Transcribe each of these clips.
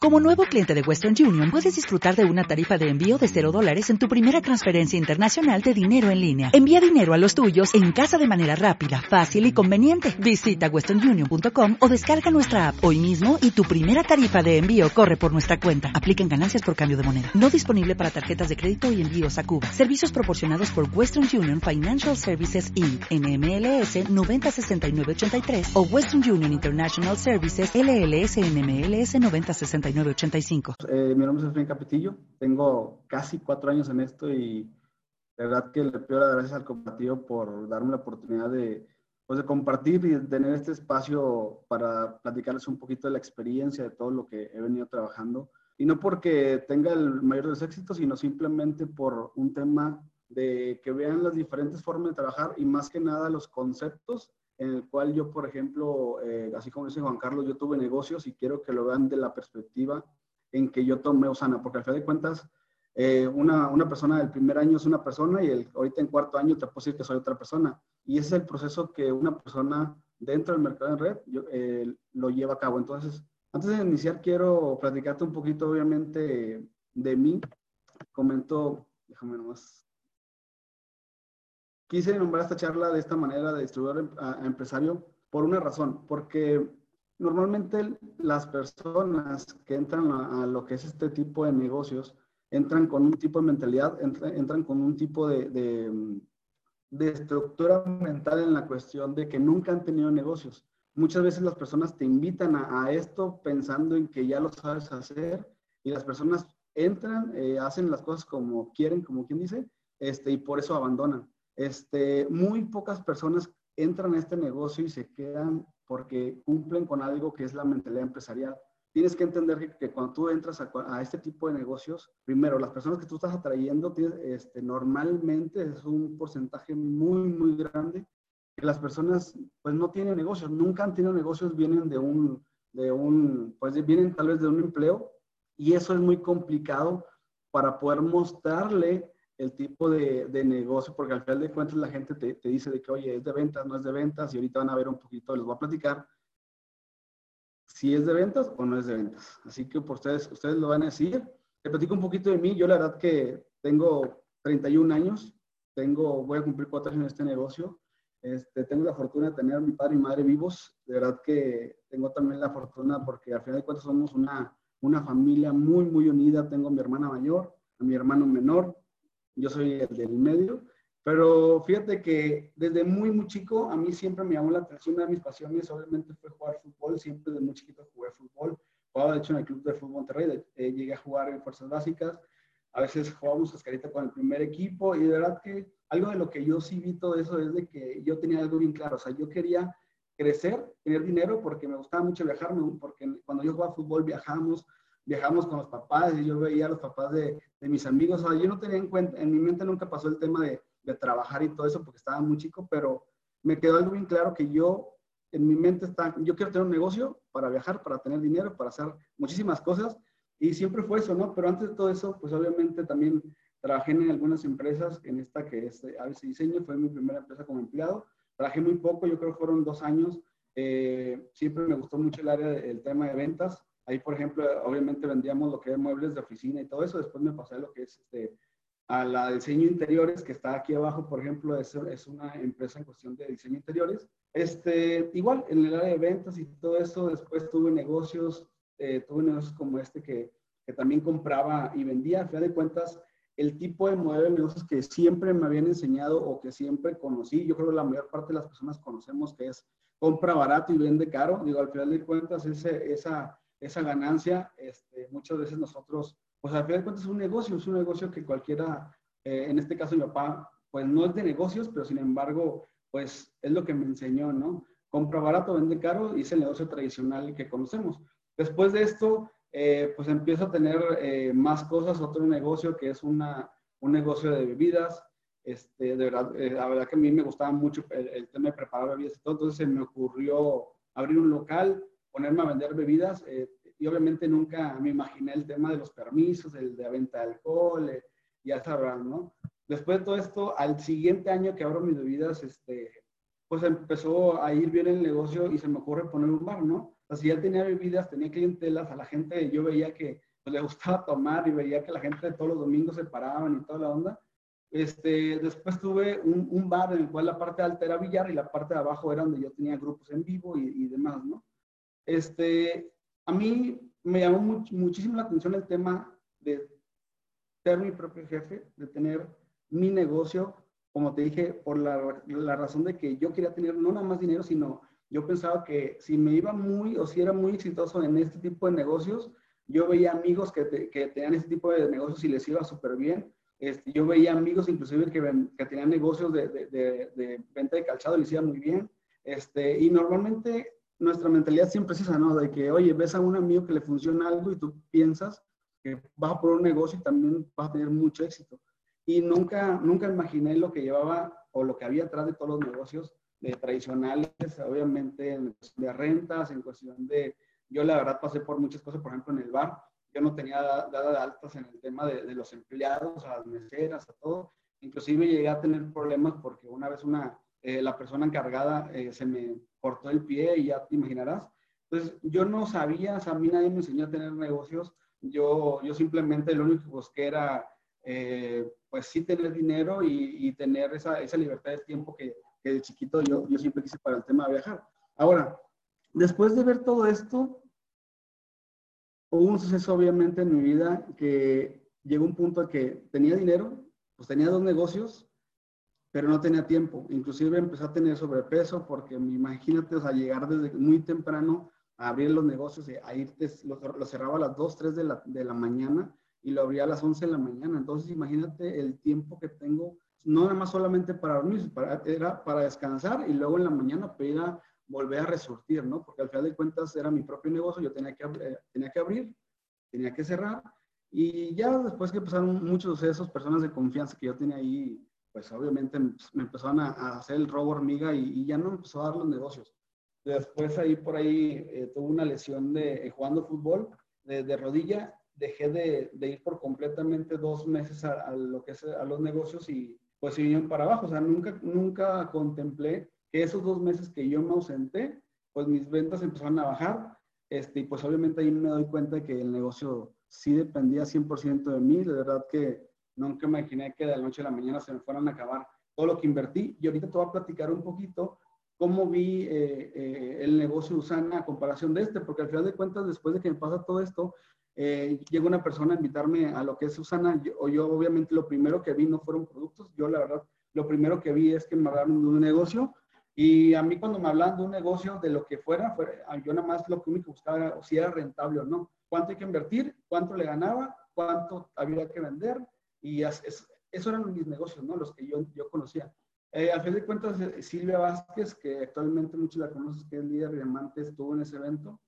Como nuevo cliente de Western Union, puedes disfrutar de una tarifa de envío de $0 en tu primera transferencia internacional de dinero en línea. Envía dinero a los tuyos en casa de manera rápida, fácil y conveniente. Visita westernunion.com o descarga nuestra app hoy mismo y tu primera tarifa de envío corre por nuestra cuenta. Aplican ganancias por cambio de moneda. No disponible para tarjetas de crédito y envíos a Cuba. Servicios proporcionados por Western Union Financial Services Inc. NMLS 906983 o Western Union International Services LLS NMLS 906985. Mi nombre es Efraín Capetillo, tengo casi 4 años en esto y de verdad que le pido las gracias al cooperativo por darme la oportunidad de compartir y de tener este espacio para platicarles un poquito de la experiencia, de todo lo que he venido trabajando. Y no porque tenga el mayor de los éxitos, sino simplemente por un tema de que vean las diferentes formas de trabajar y más que nada los conceptos en el cual yo, por ejemplo, así como dice Juan Carlos, yo tuve negocios y quiero que lo vean de la perspectiva en que yo tomé Osana, porque al final de cuentas, una persona del primer año es una persona y ahorita en cuarto año te puedo decir que soy otra persona. Y ese es el proceso que una persona dentro del mercado en red lo lleva a cabo. Entonces, antes de iniciar, quiero platicarte un poquito, obviamente, de mí. Comento, déjame nomás. Quise nombrar esta charla de esta manera, de distribuidor a empresario, por una razón, porque normalmente las personas que entran a lo que es este tipo de negocios, entran con un tipo de mentalidad, entran con un tipo de estructura mental en la cuestión de que nunca han tenido negocios. Muchas veces las personas te invitan a esto pensando en que ya lo sabes hacer y las personas entran, hacen las cosas como quieren, como quien dice, y por eso abandonan. Muy pocas personas entran a este negocio y se quedan porque cumplen con algo que es la mentalidad empresarial. Tienes que entender que cuando tú entras a este tipo de negocios, primero, las personas que tú estás atrayendo, normalmente es un porcentaje muy, muy grande que las personas pues no tienen negocios, nunca han tenido negocios, vienen vienen tal vez de un empleo y eso es muy complicado para poder mostrarle el tipo de negocio, porque al final de cuentas la gente te dice de que, oye, es de ventas, no es de ventas, y ahorita van a ver un poquito, les voy a platicar si es de ventas o no es de ventas. Así que por ustedes lo van a decir. Te platico un poquito de mí. Yo la verdad que tengo 31 años, voy a cumplir 4 años en este negocio. Tengo la fortuna de tener a mi padre y madre vivos. De verdad que tengo también la fortuna porque al final de cuentas somos una familia muy, muy unida. Tengo a mi hermana mayor, a mi hermano menor, yo soy el del medio, pero fíjate que desde muy, muy chico a mí siempre me llamó la atención. Una de mis pasiones obviamente fue jugar fútbol, siempre desde muy chiquito jugué fútbol, jugaba de hecho en el Club de Fútbol Monterrey, llegué a jugar en Fuerzas Básicas, a veces jugábamos cascarita con el primer equipo y de verdad que algo de lo que yo sí vi todo eso es de que yo tenía algo bien claro, o sea, yo quería crecer, tener dinero porque me gustaba mucho viajar, porque cuando yo jugaba fútbol viajamos con los papás y yo veía a los papás de mis amigos. O sea, yo no tenía en cuenta, en mi mente nunca pasó el tema de trabajar y todo eso porque estaba muy chico, pero me quedó algo bien claro que en mi mente yo quiero tener un negocio para viajar, para tener dinero, para hacer muchísimas cosas y siempre fue eso, ¿no? Pero antes de todo eso, pues obviamente también trabajé en algunas empresas, en esta que es ABC Diseño, fue mi primera empresa como empleado. Trabajé muy poco, yo creo que fueron 2 años. Siempre me gustó mucho el tema de ventas. Ahí, por ejemplo, obviamente vendíamos lo que es muebles de oficina y todo eso. Después me pasé a lo que es a la diseño interiores, que está aquí abajo, por ejemplo, es una empresa en cuestión de diseño interiores. Igual, en el área de ventas y todo eso, después tuve negocios como que también compraba y vendía. Al final de cuentas, el tipo de modelo de negocios que siempre me habían enseñado o que siempre conocí, yo creo que la mayor parte de las personas conocemos que es compra barato y vende caro. Digo, al final de cuentas, esa ganancia, muchas veces nosotros, pues al final de cuentas es un negocio que cualquiera, en este caso mi papá, pues no es de negocios, pero sin embargo, pues es lo que me enseñó, ¿no? Compra barato, vende caro y es el negocio tradicional que conocemos. Después de esto, pues empiezo a tener más cosas, otro negocio que es un negocio de bebidas. De verdad, la verdad que a mí me gustaba mucho el tema de preparar bebidas y todo, entonces se me ocurrió abrir un local, ponerme a vender bebidas y obviamente nunca me imaginé el tema de los permisos, el de venta de alcohol, ya sabrán, ¿no? Después de todo esto, al siguiente año que abro mis bebidas, pues empezó a ir bien el negocio y se me ocurre poner un bar, ¿no? sea, si ya tenía bebidas, tenía clientelas, a la gente yo veía que pues, le gustaba tomar y veía que la gente todos los domingos se paraban y toda la onda. Después tuve un bar en el cual la parte alta era billar y la parte de abajo era donde yo tenía grupos en vivo y demás, ¿no? A mí me llamó muchísimo la atención el tema de ser mi propio jefe, de tener mi negocio, como te dije, por la razón de que yo quería tener no nada más dinero, sino yo pensaba que si me iba muy o si era muy exitoso en este tipo de negocios, yo veía amigos que tenían este tipo de negocios y les iba súper bien. Yo veía amigos inclusive que tenían negocios de venta de calzado y les iba muy bien. Y normalmente nuestra mentalidad siempre es esa, ¿no? De que, oye, ves a un amigo que le funciona algo y tú piensas que vas a poner un negocio y también vas a tener mucho éxito. Y nunca imaginé lo que llevaba o lo que había atrás de todos los negocios tradicionales, obviamente en cuestión de rentas, en cuestión de, yo la verdad pasé por muchas cosas, por ejemplo en el bar, yo no tenía dada de altas en el tema de los empleados, a las meseras, a todo, inclusive llegué a tener problemas porque una vez la persona encargada se me cortó el pie y ya te imaginarás. Entonces yo no sabía, o sea, a mí nadie me enseñó a tener negocios, yo simplemente lo único que busqué era, pues sí tener dinero y tener esa libertad de tiempo que de chiquito yo siempre quise para el tema de viajar. Ahora, después de ver todo esto, hubo un suceso obviamente en mi vida que llegó un punto en que tenía dinero, pues tenía 2 negocios, pero no tenía tiempo. Inclusive empecé a tener sobrepeso porque imagínate, o sea, llegar desde muy temprano a abrir los negocios, a irte, lo cerraba a las 2, 3 de la mañana y lo abría a las 11 de la mañana. Entonces imagínate el tiempo que tengo, no nada más solamente para dormir, era para descansar y luego en la mañana para ir a volver a resurtir, ¿no? Porque al final de cuentas era mi propio negocio, yo tenía que abrir, tenía que cerrar y ya después que pasaron muchos sucesos, personas de confianza que yo tenía ahí, pues obviamente me empezaron a hacer el robo hormiga y ya no me empezó a dar los negocios. Después ahí por ahí tuve una lesión jugando fútbol de rodilla, dejé de ir por completamente 2 meses a lo que es a los negocios y pues se vinieron para abajo. O sea, nunca contemplé que esos 2 meses que yo me ausenté, pues mis ventas empezaron a bajar. Y pues obviamente ahí me doy cuenta de que el negocio sí dependía 100% de mí. De verdad que nunca imaginé que de la noche a la mañana se me fueran a acabar todo lo que invertí. Y ahorita te voy a platicar un poquito cómo vi el negocio de Usana a comparación de porque al final de cuentas, después de que me pasa todo esto, llega una persona a invitarme a lo que es Usana. Yo obviamente lo primero que vi no fueron productos. Yo la verdad, lo primero que vi es que me hablaron de un negocio. Y a mí cuando me hablaban de un negocio, de lo que fuera, yo nada más lo único que buscaba era si era rentable o no. Cuánto hay que invertir, cuánto le ganaba, cuánto había que vender. Y eso eran mis negocios, ¿no? Los que yo conocía. Al fin de cuentas, Silvia Vázquez, que actualmente muchos la conocen, que es líder de diamantes, estuvo en ese evento.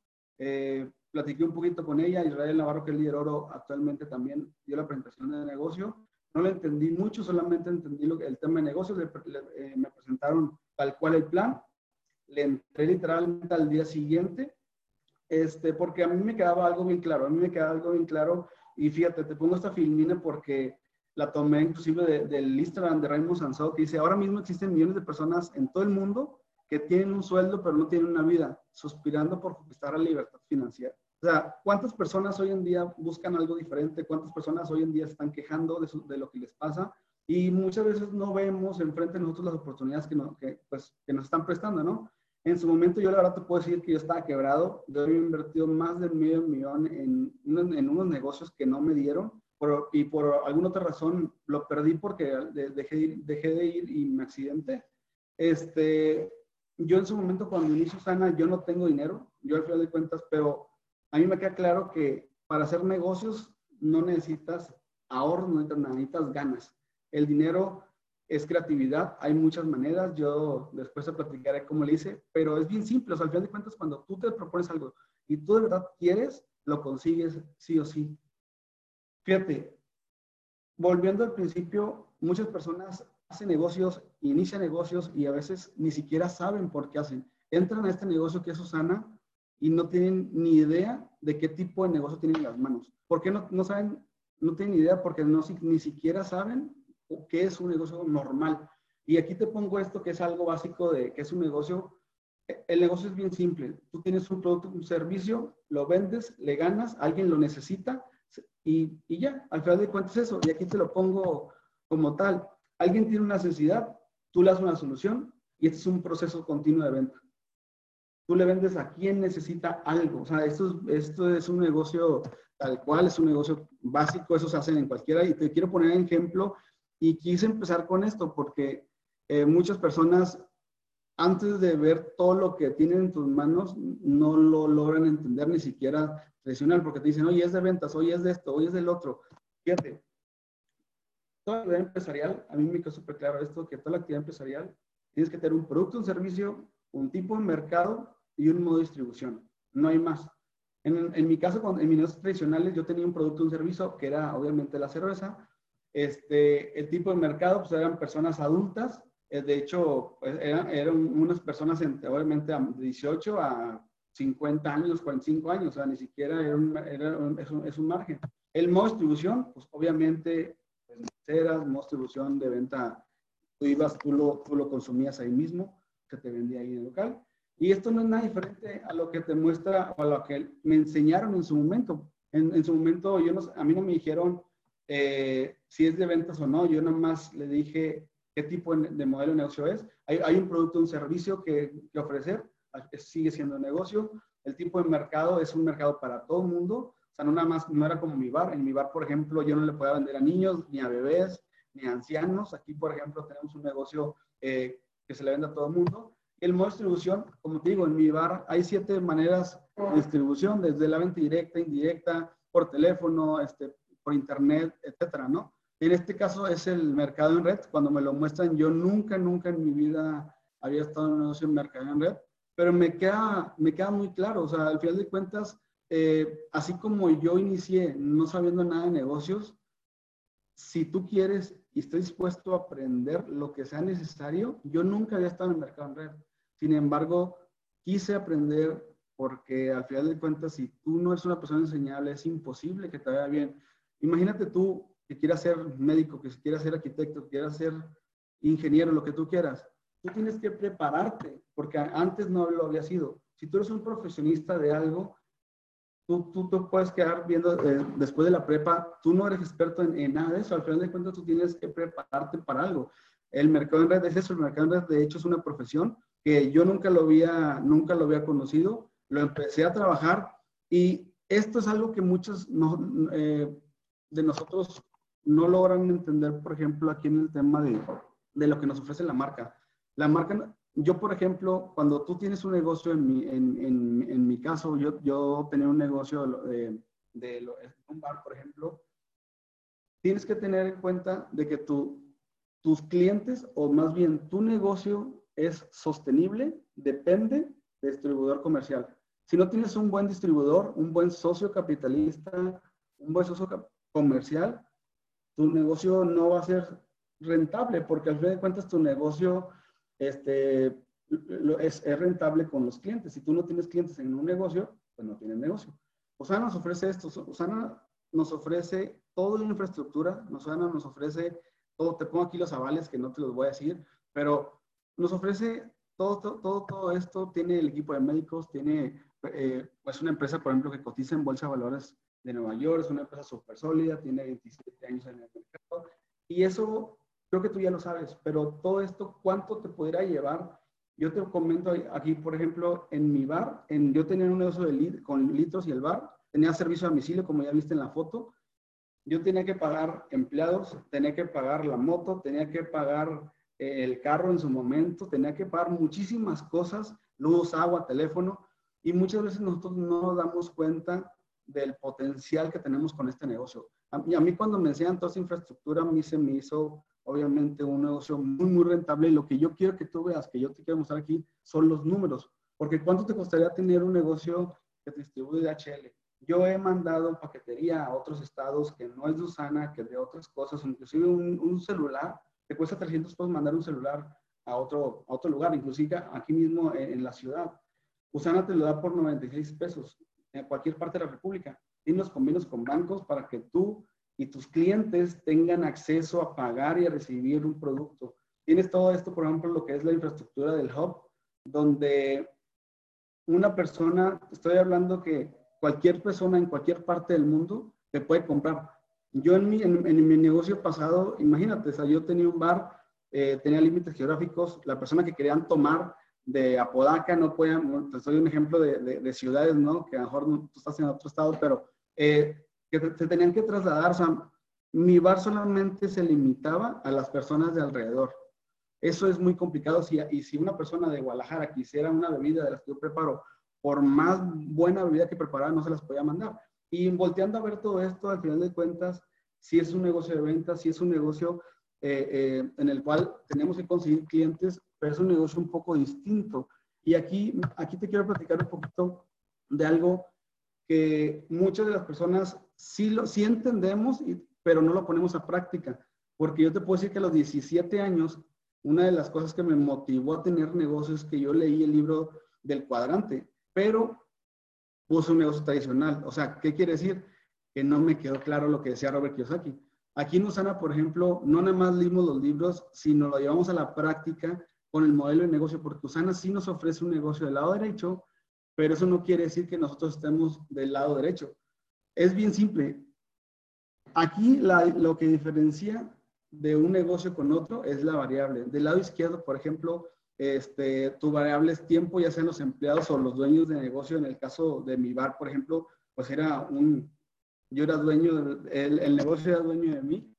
Platiqué un poquito con ella. Israel Navarro, que es líder oro, actualmente también dio la presentación de negocio. No le entendí mucho, solamente entendí el tema de negocios. Me presentaron tal cual el plan. Le entré literalmente al día siguiente, porque a mí me quedaba algo bien claro. Y fíjate, te pongo esta filmina porque la tomé inclusive del Instagram de Raymond Sansó, que dice, ahora mismo existen millones de personas en todo el mundo que tienen un sueldo pero no tienen una vida, suspirando por conquistar la libertad financiera. O sea, ¿cuántas personas hoy en día buscan algo diferente? ¿Cuántas personas hoy en día están quejando de lo que les pasa? Y muchas veces no vemos enfrente de nosotros las oportunidades que nos están prestando, ¿no? En su momento yo la verdad te puedo decir que yo estaba quebrado. Yo había invertido más de $500,000 en unos negocios que no me dieron y por alguna otra razón lo perdí porque dejé de ir y me accidenté. Yo en su momento cuando inicio Usana yo no tengo dinero, yo al final de cuentas, pero a mí me queda claro que para hacer negocios no necesitas ahorros, no necesitas ganas. El dinero es creatividad, hay muchas maneras, yo después te platicaré cómo le hice, pero es bien simple, o sea, al final de cuentas cuando tú te propones algo y tú de verdad quieres, lo consigues sí o sí. Fíjate, volviendo al principio, muchas personas hacen negocios, inician negocios y a veces ni siquiera saben por qué hacen. Entran a este negocio que es Usana y no tienen ni idea de qué tipo de negocio tienen en las manos. ¿Por qué no saben? No tienen idea porque ni siquiera saben qué es un negocio normal. Y aquí te pongo esto que es algo básico de que es un negocio El negocio es bien simple. Tú tienes un producto, un servicio, lo vendes, le ganas, alguien lo necesita y ya, al final de cuentas eso. Y aquí te lo pongo como tal. Alguien tiene una necesidad, tú le das una solución y este es un proceso continuo de venta. Tú le vendes a quien necesita algo. O sea, esto es un negocio tal cual, es un negocio básico, eso se hace en cualquiera. Y te quiero poner un ejemplo y quise empezar con esto porque muchas personas antes de ver todo lo que tienen en tus manos, no lo logran entender ni siquiera tradicional, porque te dicen, oye, es de ventas, oye, es de esto, oye, es del otro. Fíjate, toda la actividad empresarial, a mí me quedó súper claro esto, que toda la actividad empresarial tienes que tener un producto, un servicio, un tipo de mercado y un modo de distribución. No hay más. En mi caso, en mis negocios tradicionales, yo tenía un producto, un servicio, que era obviamente la cerveza. El tipo de mercado, pues eran personas adultas. De hecho, pues, eran unas personas, obviamente, de 18 a 50 años, 45 años. O sea, ni siquiera es un margen. El modo de distribución, pues obviamente, pues, ceras, modo de distribución de venta. Tú ibas, tú lo consumías ahí mismo, que te vendía ahí en el local. Y esto no es nada diferente a lo que te muestra o a lo que me enseñaron en su momento. En su momento, a mí no me dijeron si es de ventas o no. Yo nada más le dije qué tipo de modelo de negocio es. Hay un producto, un servicio que ofrecer, sigue siendo negocio. El tipo de mercado es un mercado para todo el mundo. O sea, no nada más, no era como mi bar. En mi bar, por ejemplo, yo no le podía vender a niños, ni a bebés, ni a ancianos. Aquí, por ejemplo, tenemos un negocio que se le vende a todo el mundo. El modo de distribución, como te digo, en mi bar hay 7 maneras de distribución, desde la venta directa, indirecta, por teléfono, por internet, etcétera, ¿no? En este caso es el mercado en red. Cuando me lo muestran, yo nunca en mi vida había estado en un negocio de mercado en red, pero me queda muy claro. O sea, al final de cuentas, así como yo inicié no sabiendo nada de negocios, si tú quieres y estoy dispuesto a aprender lo que sea necesario, yo nunca había estado en el mercado en red. Sin embargo, quise aprender porque al final de cuentas, si tú no eres una persona enseñable, es imposible que te vaya bien. Imagínate tú que quieras ser médico, que quieras ser arquitecto, que quieras ser ingeniero, lo que tú quieras. Tú tienes que prepararte porque antes no lo había sido. Si tú eres un profesionista de algo, tú te puedes quedar viendo después de la prepa, tú no eres experto en nada de eso. Al final de cuentas, tú tienes que prepararte para algo. El mercado en red es eso. El mercado en red, de hecho, es una profesión que yo nunca lo había conocido. Lo empecé a trabajar y esto es algo que muchos de nosotros no logran entender, por ejemplo, aquí en el tema de lo que nos ofrece la marca. La marca, yo, por ejemplo, cuando tú tienes un negocio, en mi caso, yo tenía un negocio de un bar, por ejemplo, tienes que tener en cuenta de que tus clientes, o más bien tu negocio, es sostenible, depende de distribuidor comercial. Si no tienes un buen distribuidor, un buen socio capitalista, un buen socio comercial, tu negocio no va a ser rentable, porque al fin de cuentas tu negocio es rentable con los clientes. Si tú no tienes clientes en un negocio, pues no tienes negocio. Osana nos ofrece esto. Osana nos ofrece toda la infraestructura. Osana nos ofrece todo. Te pongo aquí los avales que no te los voy a decir, pero nos ofrece todo esto. Tiene el equipo de médicos, tiene pues una empresa, por ejemplo, que cotiza en Bolsa de Valores de Nueva York, es una empresa súper sólida, tiene 27 años en el mercado. Y eso creo que tú ya lo sabes, pero todo esto, ¿cuánto te pudiera llevar? Yo te comento aquí, por ejemplo, en mi bar, yo tenía un negocio con litros y el bar, tenía servicio a domicilio, como ya viste en la foto. Yo tenía que pagar empleados, tenía que pagar la moto, tenía que pagar el carro en su momento, tenía que pagar muchísimas cosas, luz, agua, teléfono, y muchas veces nosotros no nos damos cuenta del potencial que tenemos con este negocio. Y a mí cuando me enseñan toda esa infraestructura, a mí se me hizo obviamente un negocio muy rentable, y lo que yo quiero que tú veas, que yo te quiero mostrar aquí, son los números, porque ¿cuánto te costaría tener un negocio que te distribuye DHL? Yo he mandado paquetería a otros estados que no es de Osana, que es de otras cosas, inclusive un celular, te cuesta 300 pesos mandar un celular a otro lugar, inclusive aquí mismo en la ciudad. Usana te lo da por 96 pesos en cualquier parte de la República. Tiene los convenios con bancos para que tú y tus clientes tengan acceso a pagar y a recibir un producto. Tienes todo esto, por ejemplo, lo que es la infraestructura del hub, donde una persona, estoy hablando que cualquier persona en cualquier parte del mundo te puede comprar. Yo en mi negocio pasado, imagínate, o sea, yo tenía un bar, tenía límites geográficos, la persona que querían tomar de Apodaca no podían, te doy un ejemplo de ciudades, ¿no? Que a lo mejor tú estás en otro estado, pero que se tenían que trasladar, o sea, mi bar solamente se limitaba a las personas de alrededor. Eso es muy complicado. Y si una persona de Guadalajara quisiera una bebida de las que yo preparo, por más buena bebida que preparara, no se las podía mandar. Y volteando a ver todo esto, al final de cuentas, si es un negocio de ventas, si es un negocio en el cual tenemos que conseguir clientes, pero es un negocio un poco distinto. Y aquí te quiero platicar un poquito de algo que muchas de las personas sí entendemos, pero no lo ponemos a práctica. Porque yo te puedo decir que a los 17 años, una de las cosas que me motivó a tener negocios es que yo leí el libro del cuadrante, pero puse un negocio tradicional. O sea, ¿qué quiere decir? Que no me quedó claro lo que decía Robert Kiyosaki. Aquí en Usana, por ejemplo, no nada más leímos los libros, sino lo llevamos a la práctica con el modelo de negocio, porque Usana sí nos ofrece un negocio del lado derecho, pero eso no quiere decir que nosotros estemos del lado derecho. Es bien simple. Aquí lo que diferencia de un negocio con otro es la variable. Del lado izquierdo, por ejemplo, tu variable es tiempo, ya sean los empleados o los dueños de negocio. En el caso de mi bar, por ejemplo, pues yo era dueño, el negocio era dueño de mí.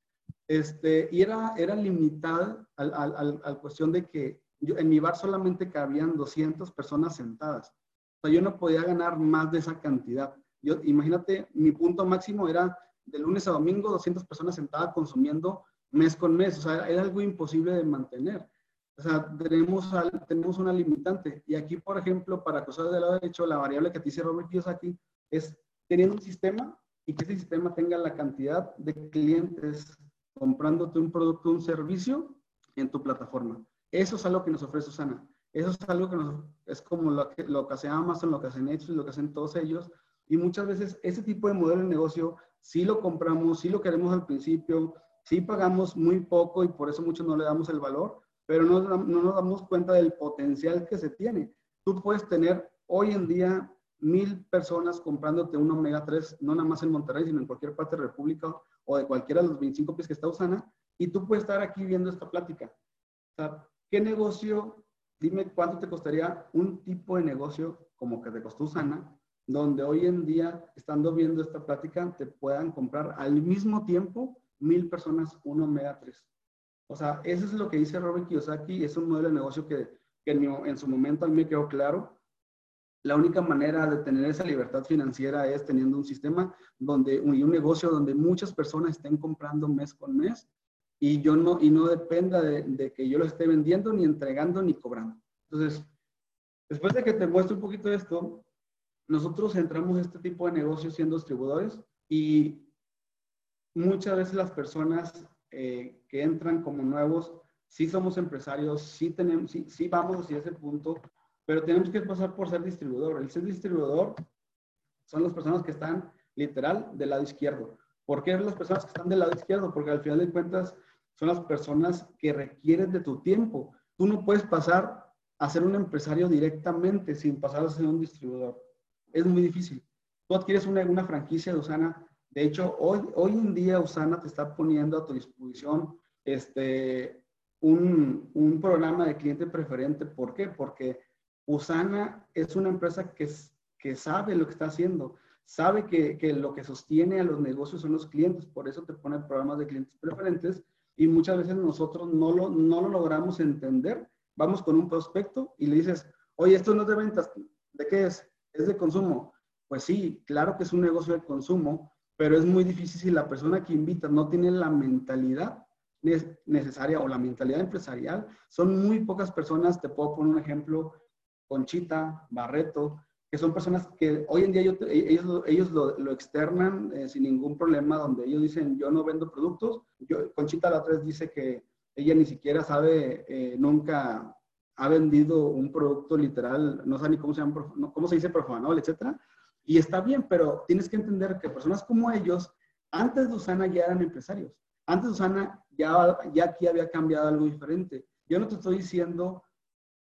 Y era limitada al cuestión de que en mi bar solamente cabían 200 personas sentadas. O sea, yo no podía ganar más de esa cantidad. Imagínate, mi punto máximo era de lunes a domingo, 200 personas sentadas consumiendo mes con mes. O sea, era algo imposible de mantener. O sea, tenemos una limitante. Y aquí, por ejemplo, para cosas del lado derecho, la variable que te dice Robert Kiyosaki es teniendo un sistema y que ese sistema tenga la cantidad de clientes comprándote un producto o un servicio en tu plataforma. Eso es algo que nos ofrece Usana. Eso es algo es como lo que hace Amazon, lo que hace Netflix, lo que hacen todos ellos. Y muchas veces ese tipo de modelo de negocio sí lo compramos, sí lo queremos al principio, sí pagamos muy poco y por eso muchos no le damos el valor, pero no nos damos cuenta del potencial que se tiene. Tú puedes tener hoy en día 1,000 personas comprándote un omega 3, no nada más en Monterrey, sino en cualquier parte de la República o de cualquiera de los 25 pies que está Usana, y tú puedes estar aquí viendo esta plática. O sea, ¿qué negocio? Dime cuánto te costaría un tipo de negocio como que te costó Usana, donde hoy en día, estando viendo esta plática, te puedan comprar al mismo tiempo 1,000 personas un omega 3. O sea, eso es lo que dice Robert Kiyosaki, es un modelo de negocio que en su momento a mí me quedó claro. La única manera de tener esa libertad financiera es teniendo un sistema y un negocio donde muchas personas estén comprando mes con mes y no dependa de que yo lo esté vendiendo, ni entregando, ni cobrando. Entonces, después de que te muestro un poquito de esto, nosotros entramos a este tipo de negocios siendo distribuidores y muchas veces las personas que entran como nuevos, sí somos empresarios, sí vamos hacia ese punto, pero tenemos que pasar por ser distribuidor. El ser distribuidor son las personas que están literal del lado izquierdo. ¿Por qué las personas que están del lado izquierdo? Porque al final de cuentas son las personas que requieren de tu tiempo. Tú no puedes pasar a ser un empresario directamente sin pasar a ser un distribuidor. Es muy difícil. Tú adquieres una franquicia de Usana. De hecho, hoy en día Usana te está poniendo a tu disposición un programa de cliente preferente. ¿Por qué? Porque Usana es una empresa que sabe lo que está haciendo, sabe que lo que sostiene a los negocios son los clientes, por eso te pone programas de clientes preferentes y muchas veces nosotros no lo logramos entender. Vamos con un prospecto y le dices, oye, esto no es de ventas, ¿de qué es? Es de consumo. Pues sí, claro que es un negocio de consumo, pero es muy difícil si la persona que invita no tiene la mentalidad necesaria o la mentalidad empresarial. Son muy pocas personas, te puedo poner un ejemplo, Conchita, Barreto, que son personas que hoy en día ellos lo externan sin ningún problema, donde ellos dicen, yo no vendo productos. Conchita la otra vez dice que ella ni siquiera sabe, nunca ha vendido un producto literal, no sabe ni cómo se dice profanol, etcétera. Y está bien, pero tienes que entender que personas como ellos, antes de Usana ya eran empresarios. Antes de Usana ya aquí había cambiado algo diferente. Yo no te estoy diciendo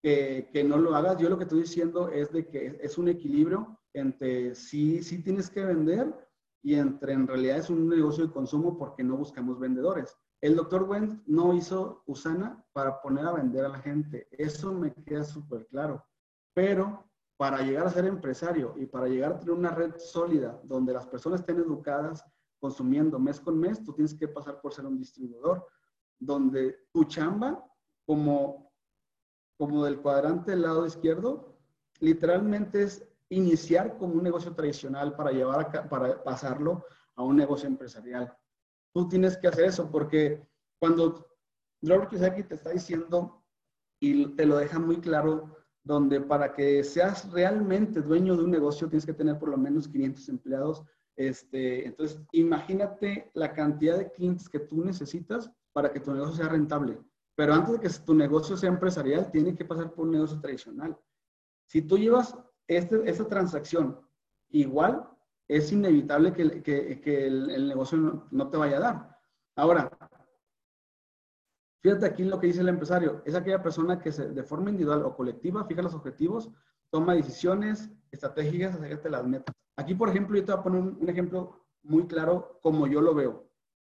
que no lo hagas. Yo lo que estoy diciendo es de que es un equilibrio entre sí tienes que vender y entre en realidad es un negocio de consumo porque no buscamos vendedores. El doctor Wendt no hizo Usana para poner a vender a la gente. Eso me queda súper claro. Pero para llegar a ser empresario y para llegar a tener una red sólida donde las personas estén educadas, consumiendo mes con mes, tú tienes que pasar por ser un distribuidor, donde tu chamba, como del cuadrante del lado izquierdo, literalmente es iniciar como un negocio tradicional para pasarlo a un negocio empresarial. Tú tienes que hacer eso porque cuando Robert Kiyosaki te está diciendo y te lo deja muy claro, donde para que seas realmente dueño de un negocio tienes que tener por lo menos 500 empleados. Entonces, imagínate la cantidad de clientes que tú necesitas para que tu negocio sea rentable. Pero antes de que tu negocio sea empresarial, tiene que pasar por un negocio tradicional. Si tú llevas esta transacción igual, es inevitable que el negocio no te vaya a dar. Ahora, fíjate aquí lo que dice el empresario. Es aquella persona que de forma individual o colectiva fija los objetivos, toma decisiones estratégicas acerca de las metas. Aquí, por ejemplo, yo te voy a poner un ejemplo muy claro como yo lo veo.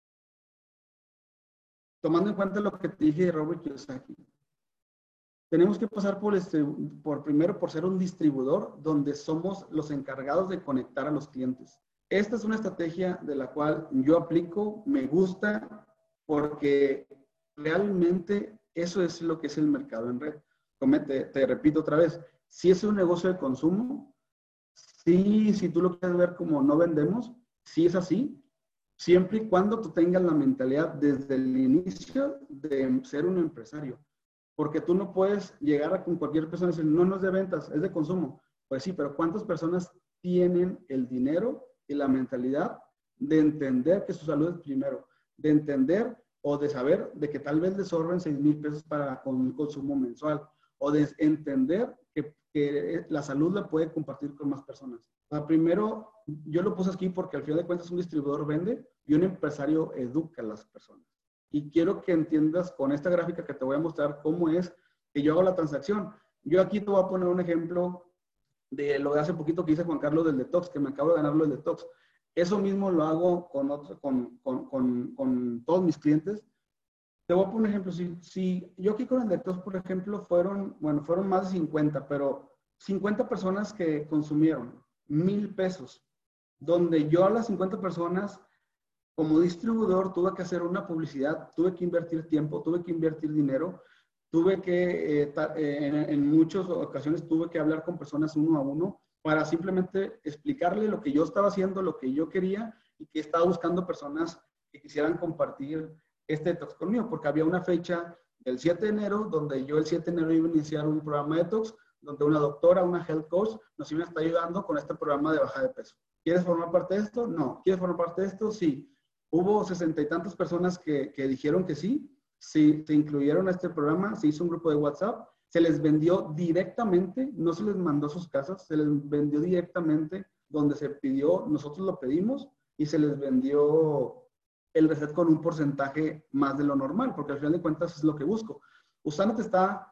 Tomando en cuenta lo que te dije de Robert Kiyosaki. Tenemos que pasar primero por ser un distribuidor donde somos los encargados de conectar a los clientes. Esta es una estrategia de la cual yo aplico, me gusta, porque realmente eso es lo que es el mercado en red. Te repito otra vez, si es un negocio de consumo, sí, si tú lo quieres ver como no vendemos, sí es así, siempre y cuando tú tengas la mentalidad desde el inicio de ser un empresario. Porque tú no puedes llegar con cualquier persona y decir, no, no es de ventas, es de consumo. Pues sí, pero ¿cuántas personas tienen el dinero y la mentalidad de entender que su salud es primero? De entender o de saber de que tal vez les sobren 6,000 pesos para con un consumo mensual. O de entender que la salud la puede compartir con más personas. Primero, yo lo puse aquí porque al final de cuentas un distribuidor vende y un empresario educa a las personas. Y quiero que entiendas con esta gráfica que te voy a mostrar cómo es que yo hago la transacción. Yo aquí te voy a poner un ejemplo de lo de hace poquito que hice Juan Carlos del Detox, que me acabo de ganarlo del Detox. Eso mismo lo hago con todos mis clientes. Te voy a poner un ejemplo. Si yo aquí con el Detox, por ejemplo, fueron más de 50, pero 50 personas que consumieron 1,000 pesos, donde yo a las 50 personas como distribuidor tuve que hacer una publicidad, tuve que invertir tiempo, tuve que invertir dinero, tuve que, en muchas ocasiones tuve que hablar con personas uno a uno para simplemente explicarle lo que yo estaba haciendo, lo que yo quería y que estaba buscando personas que quisieran compartir este detox conmigo, porque había una fecha del 7 de enero, donde yo el 7 de enero iba a iniciar un programa de detox, donde una doctora, una health coach, nos iba a estar ayudando con este programa de baja de peso. ¿Quieres formar parte de esto? No. ¿Quieres formar parte de esto? Sí. Hubo 60 y tantas personas que dijeron que sí, se incluyeron a este programa, se hizo un grupo de WhatsApp, se les vendió directamente, no se les mandó a sus casas, se les vendió directamente donde se pidió, nosotros lo pedimos y se les vendió el reset con un porcentaje más de lo normal, porque al final de cuentas es lo que busco. Usana te está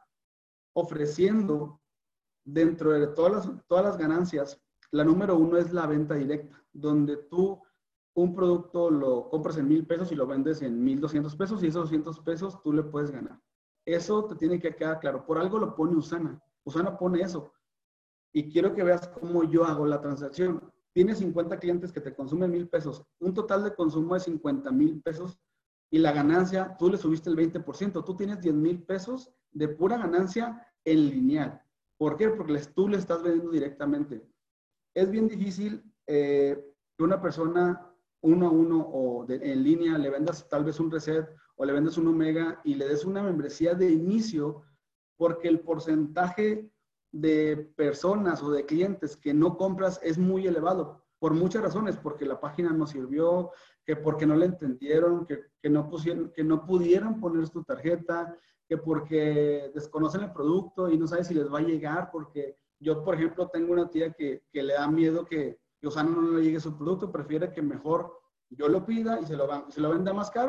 ofreciendo dentro de todas las ganancias, la número 1 es la venta directa, donde tú un producto lo compras en 1,000 pesos y lo vendes en 1,200 pesos y esos 200 pesos tú le puedes ganar. Eso te tiene que quedar claro. Por algo lo pone Usana. Usana pone eso. Y quiero que veas cómo yo hago la transacción. Tienes 50 clientes que te consumen 1,000 pesos. Un total de consumo de 50,000 pesos y la ganancia, tú le subiste el 20%. Tú tienes 10,000 pesos de pura ganancia en lineal. ¿Por qué? Porque tú le estás vendiendo directamente. Es bien difícil que una persona uno a uno o en línea le vendas tal vez un reset o le vendas un omega y le des una membresía de inicio, porque el porcentaje de personas o de clientes que no compras es muy elevado por muchas razones, porque la página no sirvió, que porque no la entendieron, que no pudieron poner su tarjeta, que porque desconocen el producto y no saben si les va a llegar, porque yo, por ejemplo, tengo una tía que le da miedo que Usana no le llegue su producto, prefiere que mejor yo lo pida y se lo venda más caro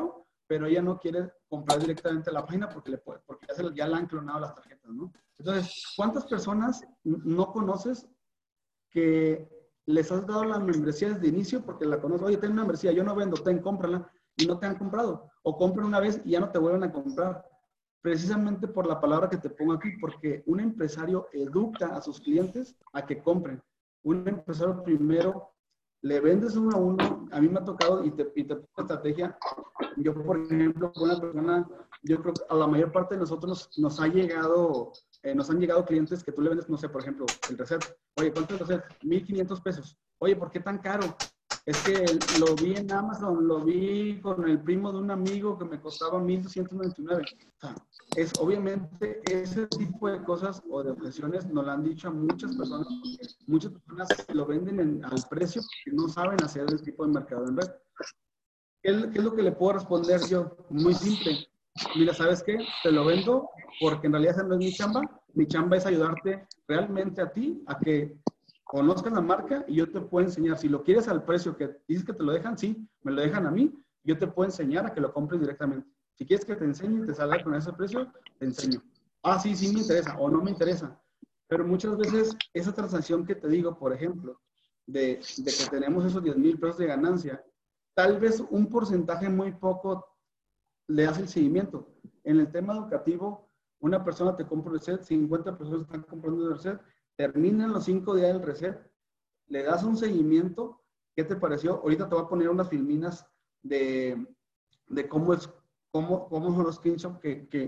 pero ella no quiere comprar directamente a la página porque, porque ya le han clonado las tarjetas, ¿no? Entonces, ¿cuántas personas no conoces que les has dado la membresía desde inicio porque la conoces? Oye, tengo una membresía, yo no vendo, cómprala, y no te han comprado. O compran una vez y ya no te vuelven a comprar. Precisamente por la palabra que te pongo aquí, porque un empresario educa a sus clientes a que compren. Un empresario primero le vendes uno a uno. A mí me ha tocado y te pongo estrategia. Yo, por ejemplo, con una persona, yo creo que a la mayor parte de nosotros nos han llegado clientes que tú le vendes, no sé, por ejemplo, el reset. Oye, ¿cuánto es el reset? 1,500 pesos. Oye, ¿por qué tan caro? Es que lo vi en Amazon, lo vi con el primo de un amigo que me costaba 1,299. O sea, obviamente ese tipo de cosas o de objeciones nos lo han dicho a muchas personas. Muchas personas lo venden al precio porque no saben hacer el tipo de mercado en red. ¿Qué es lo que le puedo responder yo? Muy simple. Mira, ¿sabes qué? Te lo vendo porque en realidad esa no es mi chamba. Mi chamba es ayudarte realmente a ti a que conozcas la marca y yo te puedo enseñar. Si lo quieres al precio que dices que te lo dejan, sí, me lo dejan a mí. Yo te puedo enseñar a que lo compres directamente. Si quieres que te enseñe y te salga con ese precio, te enseño. Ah, sí, sí me interesa o no me interesa. Pero muchas veces esa transacción que te digo, por ejemplo, de que tenemos esos 10,000 pesos de ganancia, tal vez un porcentaje muy poco le hace el seguimiento. En el tema educativo, una persona te compra el reset, 50 personas están comprando el reset, terminan los 5 días del reset, le das un seguimiento. ¿Qué te pareció? Ahorita te voy a poner unas filminas de cómo son los screenshots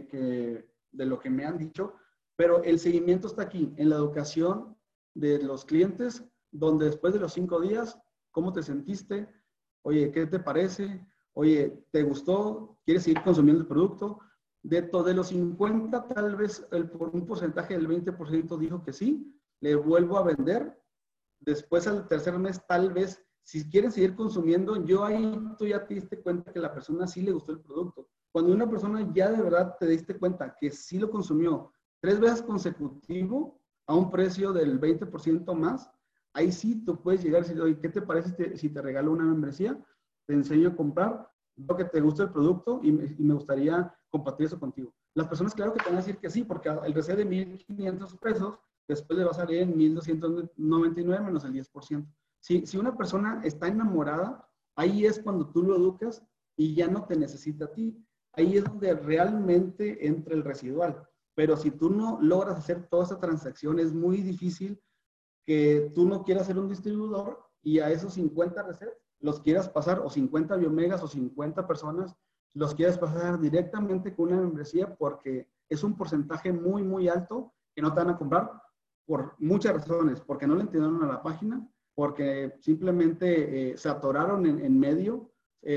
de lo que me han dicho, pero el seguimiento está aquí, en la educación de los clientes, donde después de los 5 días, ¿cómo te sentiste? Oye, ¿qué te parece? Oye, ¿te gustó? ¿Quieres seguir consumiendo el producto? De los 50, tal vez por un porcentaje del 20% dijo que sí, le vuelvo a vender. Después, al tercer mes, tal vez, si quieren seguir consumiendo, tú ya te diste cuenta que la persona sí le gustó el producto. Cuando una persona ya de verdad te diste cuenta que sí lo consumió 3 veces consecutivo a un precio del 20% más, ahí sí tú puedes llegar y decir, oye, ¿qué te parece si te regalo una membresía? Te enseño a comprar, veo que te gusta el producto y me gustaría compartir eso contigo. Las personas, claro que te van a decir que sí, porque el reset de 1,500 pesos, después le va a salir en 1,299 menos el 10%. Si una persona está enamorada, ahí es cuando tú lo educas y ya no te necesita a ti. Ahí es donde realmente entra el residual. Pero si tú no logras hacer toda esa transacción, es muy difícil que tú no quieras ser un distribuidor y a esos 50 resets los quieras pasar, o 50 biomegas o 50 personas, los quieras pasar directamente con una membresía, porque es un porcentaje muy, muy alto que no te van a comprar por muchas razones, porque no le entendieron a la página, porque simplemente se atoraron en medio,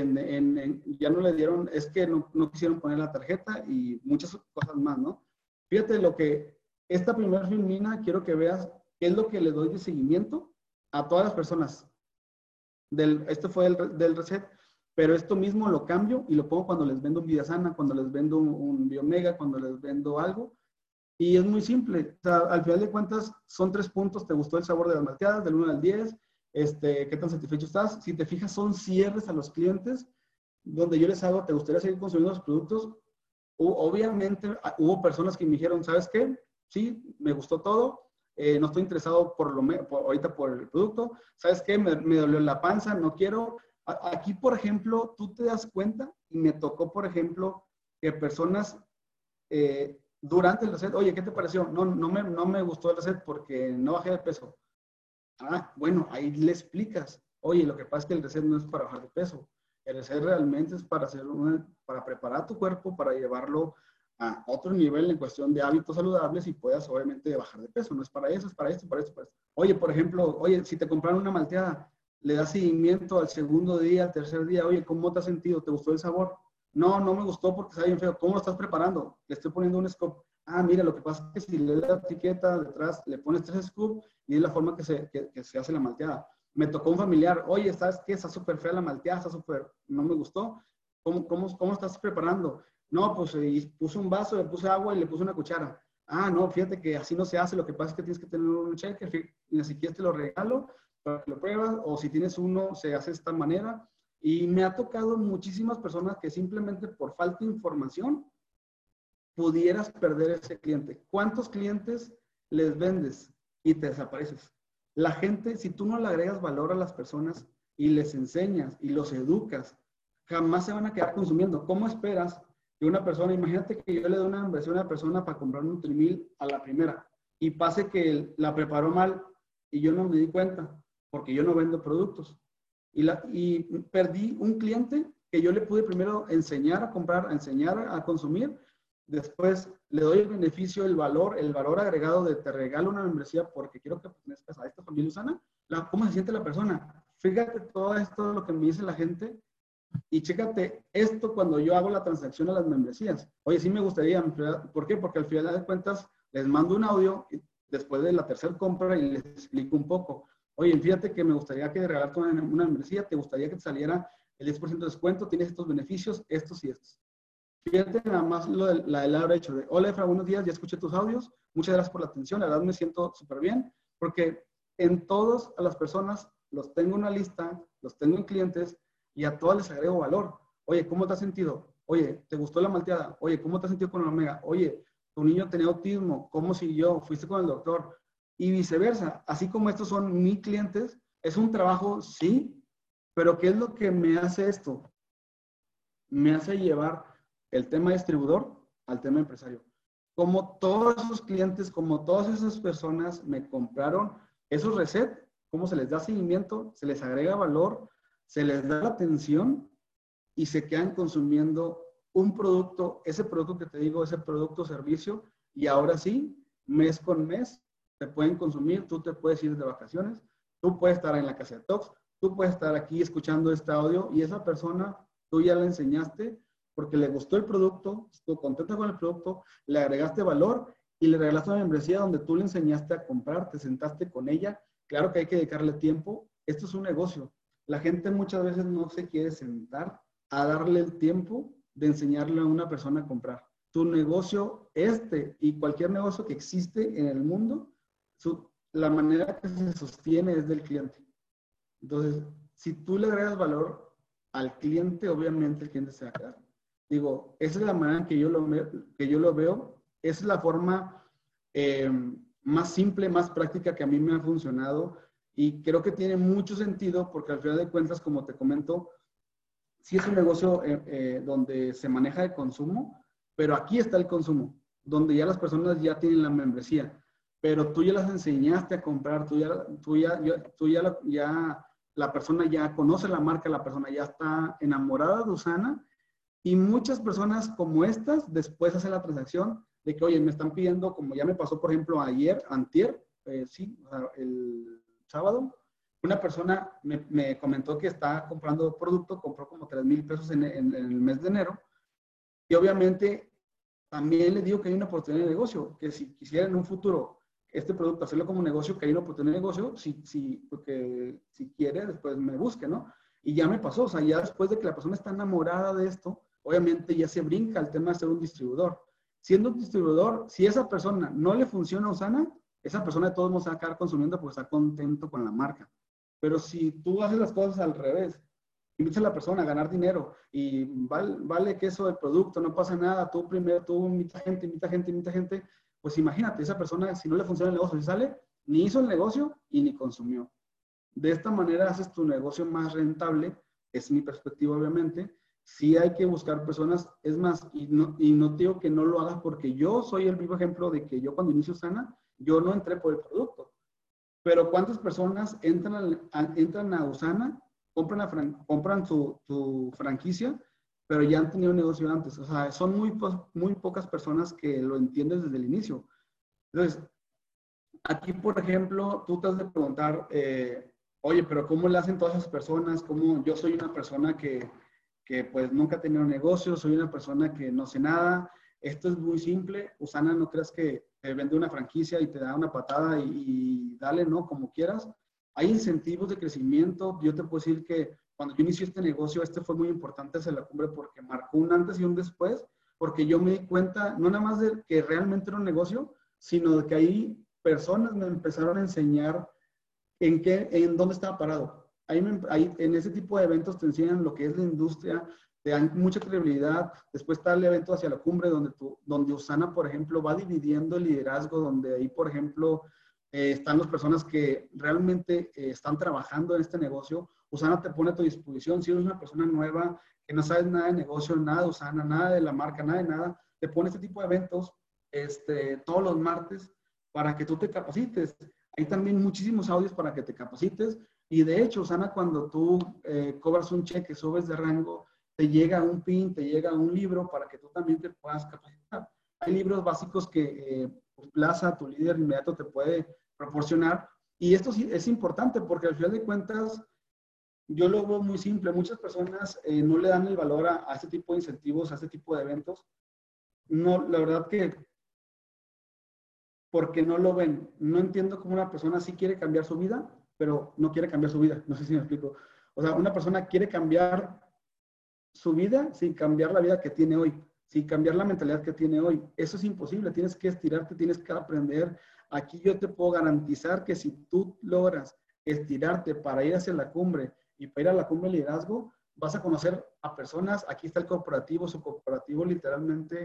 ya no le dieron, es que no quisieron poner la tarjeta y muchas cosas más, ¿no? Fíjate esta primera filmina, quiero que veas qué es lo que le doy de seguimiento a todas las personas. Esto fue del reset, pero esto mismo lo cambio y lo pongo cuando les vendo un Vidasana, cuando les vendo un Biomega, cuando les vendo algo. Y es muy simple. O sea, al final de cuentas, son 3 puntos. ¿Te gustó el sabor de las malteadas? Del 1 al 10. ¿Qué tan satisfecho estás? Si te fijas, son cierres a los clientes donde yo les hago, ¿te gustaría seguir consumiendo los productos? Obviamente, hubo personas que me dijeron, ¿sabes qué? Sí, me gustó todo. No estoy interesado ahorita por el producto. ¿Sabes qué? Me dolió la panza, no quiero. Aquí, por ejemplo, tú te das cuenta, y me tocó, por ejemplo, que personas durante el reset, oye, ¿qué te pareció? No me gustó el reset porque no bajé de peso. Ah, bueno, ahí le explicas. Oye, lo que pasa es que el reset no es para bajar de peso. El reset realmente es para preparar tu cuerpo, para llevarlo a otro nivel en cuestión de hábitos saludables y puedas obviamente bajar de peso. No es para eso, es para esto, para esto, para esto. Oye, por ejemplo, si te compraron una malteada, le das seguimiento al segundo día, al tercer día. Oye, ¿cómo te has sentido? ¿Te gustó el sabor? No me gustó porque está bien feo. ¿Cómo lo estás preparando? Le estoy poniendo un scoop. Ah, mira, lo que pasa es que si le das la etiqueta detrás, le pones 3 scoops y es la forma que se hace la malteada. Me tocó un familiar, oye, ¿sabes qué? Está súper fea la malteada, no me gustó. ¿Cómo estás preparando? No, pues puse un vaso, le puse agua y le puse una cuchara. Ah, no, fíjate que así no se hace, lo que pasa es que tienes que tener un shaker, y si quieres te lo regalo para que lo pruebas, o si tienes uno, se hace de esta manera. Y me ha tocado muchísimas personas que simplemente por falta de información pudieras perder ese cliente. ¿Cuántos clientes les vendes y te desapareces? La gente, si tú no le agregas valor a las personas y les enseñas y los educas, jamás se van a quedar consumiendo. ¿Cómo esperas que una persona, imagínate que yo le doy una inversión a una persona para comprar un Nutrimil a la primera y pase que la preparó mal y yo no me di cuenta porque yo no vendo productos? Y perdí un cliente que yo le pude primero enseñar a comprar, enseñar a consumir. Después le doy el beneficio, el valor agregado de te regalo una membresía porque quiero que pertenezcas a esta familia Usana. ¿Cómo se siente la persona? Fíjate todo esto, lo que me dice la gente, y chécate esto cuando yo hago la transacción a las membresías. Oye, sí me gustaría, ¿por qué? Porque al final de cuentas les mando un audio después de la tercera compra y les explico un poco. Oye, fíjate que me gustaría que regalarte una membresía, te gustaría que te saliera el 10% de descuento, tienes estos beneficios, estos y estos. Fíjate nada más la del haber hecho de, hola Efra, buenos días, ya escuché tus audios, muchas gracias por la atención, la verdad me siento súper bien, porque en todas a las personas los tengo en una lista, los tengo en clientes y a todas les agrego valor. Oye, ¿cómo te has sentido? Oye, ¿te gustó la malteada? Oye, ¿cómo te has sentido con la omega? Oye, tu niño tenía autismo, ¿cómo siguió? ¿Fuiste con el doctor? Y viceversa, así como estos son mis clientes, es un trabajo, sí, pero ¿qué es lo que me hace esto? Me hace llevar el tema distribuidor al tema empresario. Como todos esos clientes, como todas esas personas me compraron esos recettes, cómo se les da seguimiento, se les agrega valor, se les da atención y se quedan consumiendo un producto, ese producto que te digo, ese producto o servicio, y ahora sí, mes con mes, te pueden consumir, tú te puedes ir de vacaciones, tú puedes estar en la casa de Tox, tú puedes estar aquí escuchando este audio y esa persona, tú ya la enseñaste porque le gustó el producto, estuvo contenta con el producto, le agregaste valor y le regalaste una membresía donde tú le enseñaste a comprar, te sentaste con ella. Claro que hay que dedicarle tiempo. Esto es un negocio. La gente muchas veces no se quiere sentar a darle el tiempo de enseñarle a una persona a comprar. Tu negocio, y cualquier negocio que existe en el mundo, la manera que se sostiene es del cliente. Entonces, si tú le agregas valor al cliente, obviamente el cliente se va a quedar. Digo, esa es la manera en que yo lo veo. Esa es la forma más simple, más práctica que a mí me ha funcionado y creo que tiene mucho sentido porque al final de cuentas, como te comento, sí es un negocio donde se maneja el consumo, pero aquí está el consumo, donde ya las personas ya tienen la membresía, pero tú ya las enseñaste a comprar, la persona ya conoce la marca, la persona ya está enamorada de Usana. Y muchas personas como estas después hacen la transacción de que, oye, me están pidiendo, como ya me pasó, por ejemplo, antier, el sábado, una persona me comentó que está comprando producto, compró como 3,000 pesos en el mes de enero. Y obviamente también le digo que hay una oportunidad de negocio, que si quisiera en un futuro este producto hacerlo como negocio, que hay una oportunidad de negocio, porque si quiere, después me busque, ¿no? Y ya me pasó, o sea, ya después de que la persona está enamorada de esto, obviamente ya se brinca el tema de ser un distribuidor. Siendo un distribuidor, si esa persona no le funciona a Usana, esa persona de todos modos va a acabar consumiendo porque está contento con la marca. Pero si tú haces las cosas al revés, invitas a la persona a ganar dinero y vale que eso del producto, no pasa nada, tú primero, tú invita gente, pues imagínate, esa persona, si no le funciona el negocio, si sale, ni hizo el negocio y ni consumió. De esta manera haces tu negocio más rentable, es mi perspectiva obviamente. Sí hay que buscar personas, es más, y no digo que no lo hagas porque yo soy el vivo ejemplo de que yo cuando inicio Usana, yo no entré por el producto. Pero ¿cuántas personas entran a Usana, compran su franquicia, pero ya han tenido negocio antes? O sea, son muy pocas personas que lo entienden desde el inicio. Entonces, aquí, por ejemplo, tú te has de preguntar, oye, pero ¿cómo le hacen todas esas personas? ¿Cómo yo soy una persona que pues nunca ha tenido negocio, soy una persona que no sé nada? Esto es muy simple. Usana, no creas que te vende una franquicia y te da una patada y dale, ¿no? Como quieras. Hay incentivos de crecimiento. Yo te puedo decir que cuando yo inicié este negocio, este fue muy importante hacia la cumbre porque marcó un antes y un después, porque yo me di cuenta, no nada más de que realmente era un negocio, sino de que ahí personas me empezaron a enseñar en dónde estaba parado. ahí en ese tipo de eventos te enseñan lo que es la industria, te dan mucha credibilidad. Después está el evento hacia la cumbre, donde Usana, por ejemplo, va dividiendo el liderazgo, donde ahí, por ejemplo, están las personas que realmente están trabajando en este negocio. Usana te pone a tu disposición. Si eres una persona nueva, que no sabes nada de negocio, nada de Usana, nada de la marca, nada de nada, te pone este tipo de eventos todos los martes para que tú te capacites. Hay también muchísimos audios para que te capacites. Y de hecho, Usana, cuando tú cobras un cheque, subes de rango, te llega un pin, te llega un libro para que tú también te puedas capacitar. Hay libros básicos que Plaza, tu líder inmediato, te puede proporcionar. Y esto sí es importante porque al final de cuentas, yo lo veo muy simple. Muchas personas no le dan el valor a este tipo de incentivos, a este tipo de eventos. No, la verdad que porque no lo ven. No entiendo cómo una persona sí quiere cambiar su vida, pero no quiere cambiar su vida. No sé si me explico. O sea, una persona quiere cambiar su vida sin cambiar la vida que tiene hoy, sin cambiar la mentalidad que tiene hoy. Eso es imposible. Tienes que estirarte, tienes que aprender. Aquí yo te puedo garantizar que si tú logras estirarte para ir hacia la cumbre y para ir a la cumbre de liderazgo, vas a conocer a personas. Aquí está el corporativo. Su corporativo literalmente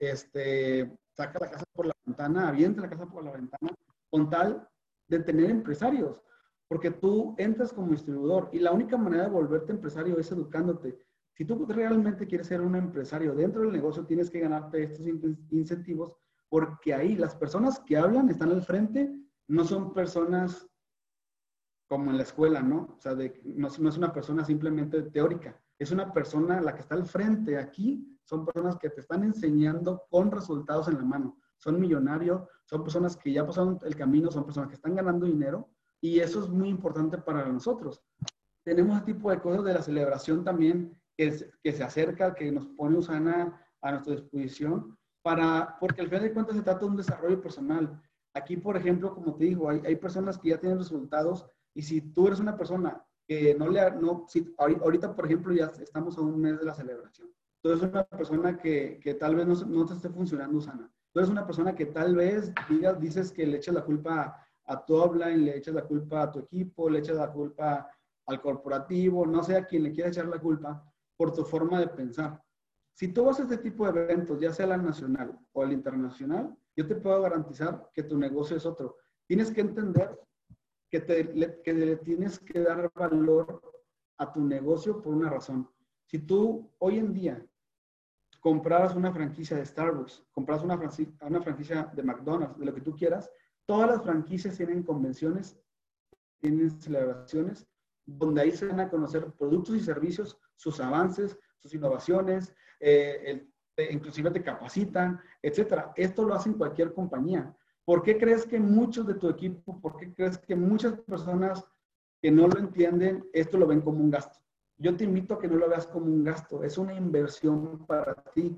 saca la casa por la ventana, avienta la casa por la ventana, con tal de tener empresarios. Porque tú entras como distribuidor y la única manera de volverte empresario es educándote. Si tú realmente quieres ser un empresario dentro del negocio, tienes que ganarte estos incentivos, porque ahí las personas que hablan, están al frente, no son personas como en la escuela, ¿no? O sea, no es una persona simplemente teórica, es una persona, la que está al frente aquí, son personas que te están enseñando con resultados en la mano. Son millonarios, son personas que ya pasaron el camino, son personas que están ganando dinero, y eso es muy importante para nosotros. Tenemos ese tipo de cosas de la celebración también, que se acerca, que nos pone Usana a nuestra disposición, porque al final de cuentas se trata de un desarrollo personal. Aquí, por ejemplo, como te digo, hay personas que ya tienen resultados, y si tú eres una persona que ahorita, por ejemplo, ya estamos a un mes de la celebración. Tú eres una persona que tal vez no te esté funcionando, Usana. Tú eres una persona que tal vez dices que le echas la culpa a tu upline, le echas la culpa a tu equipo, le echas la culpa al corporativo, no sé a quién le quieras echar la culpa por tu forma de pensar. Si tú vas a este tipo de eventos, ya sea la nacional o el internacional, yo te puedo garantizar que tu negocio es otro. Tienes que entender que le tienes que dar valor a tu negocio por una razón. Si tú hoy en día compraras una franquicia de Starbucks, compras una franquicia de McDonald's, de lo que tú quieras, todas las franquicias tienen convenciones, tienen celebraciones, donde ahí se van a conocer productos y servicios, sus avances, sus innovaciones, inclusive te capacitan, etcétera. Esto lo hacen cualquier compañía. ¿Por qué crees que muchos de tu equipo, por qué crees que muchas personas que no lo entienden, esto lo ven como un gasto? Yo te invito a que no lo veas como un gasto, es una inversión para ti.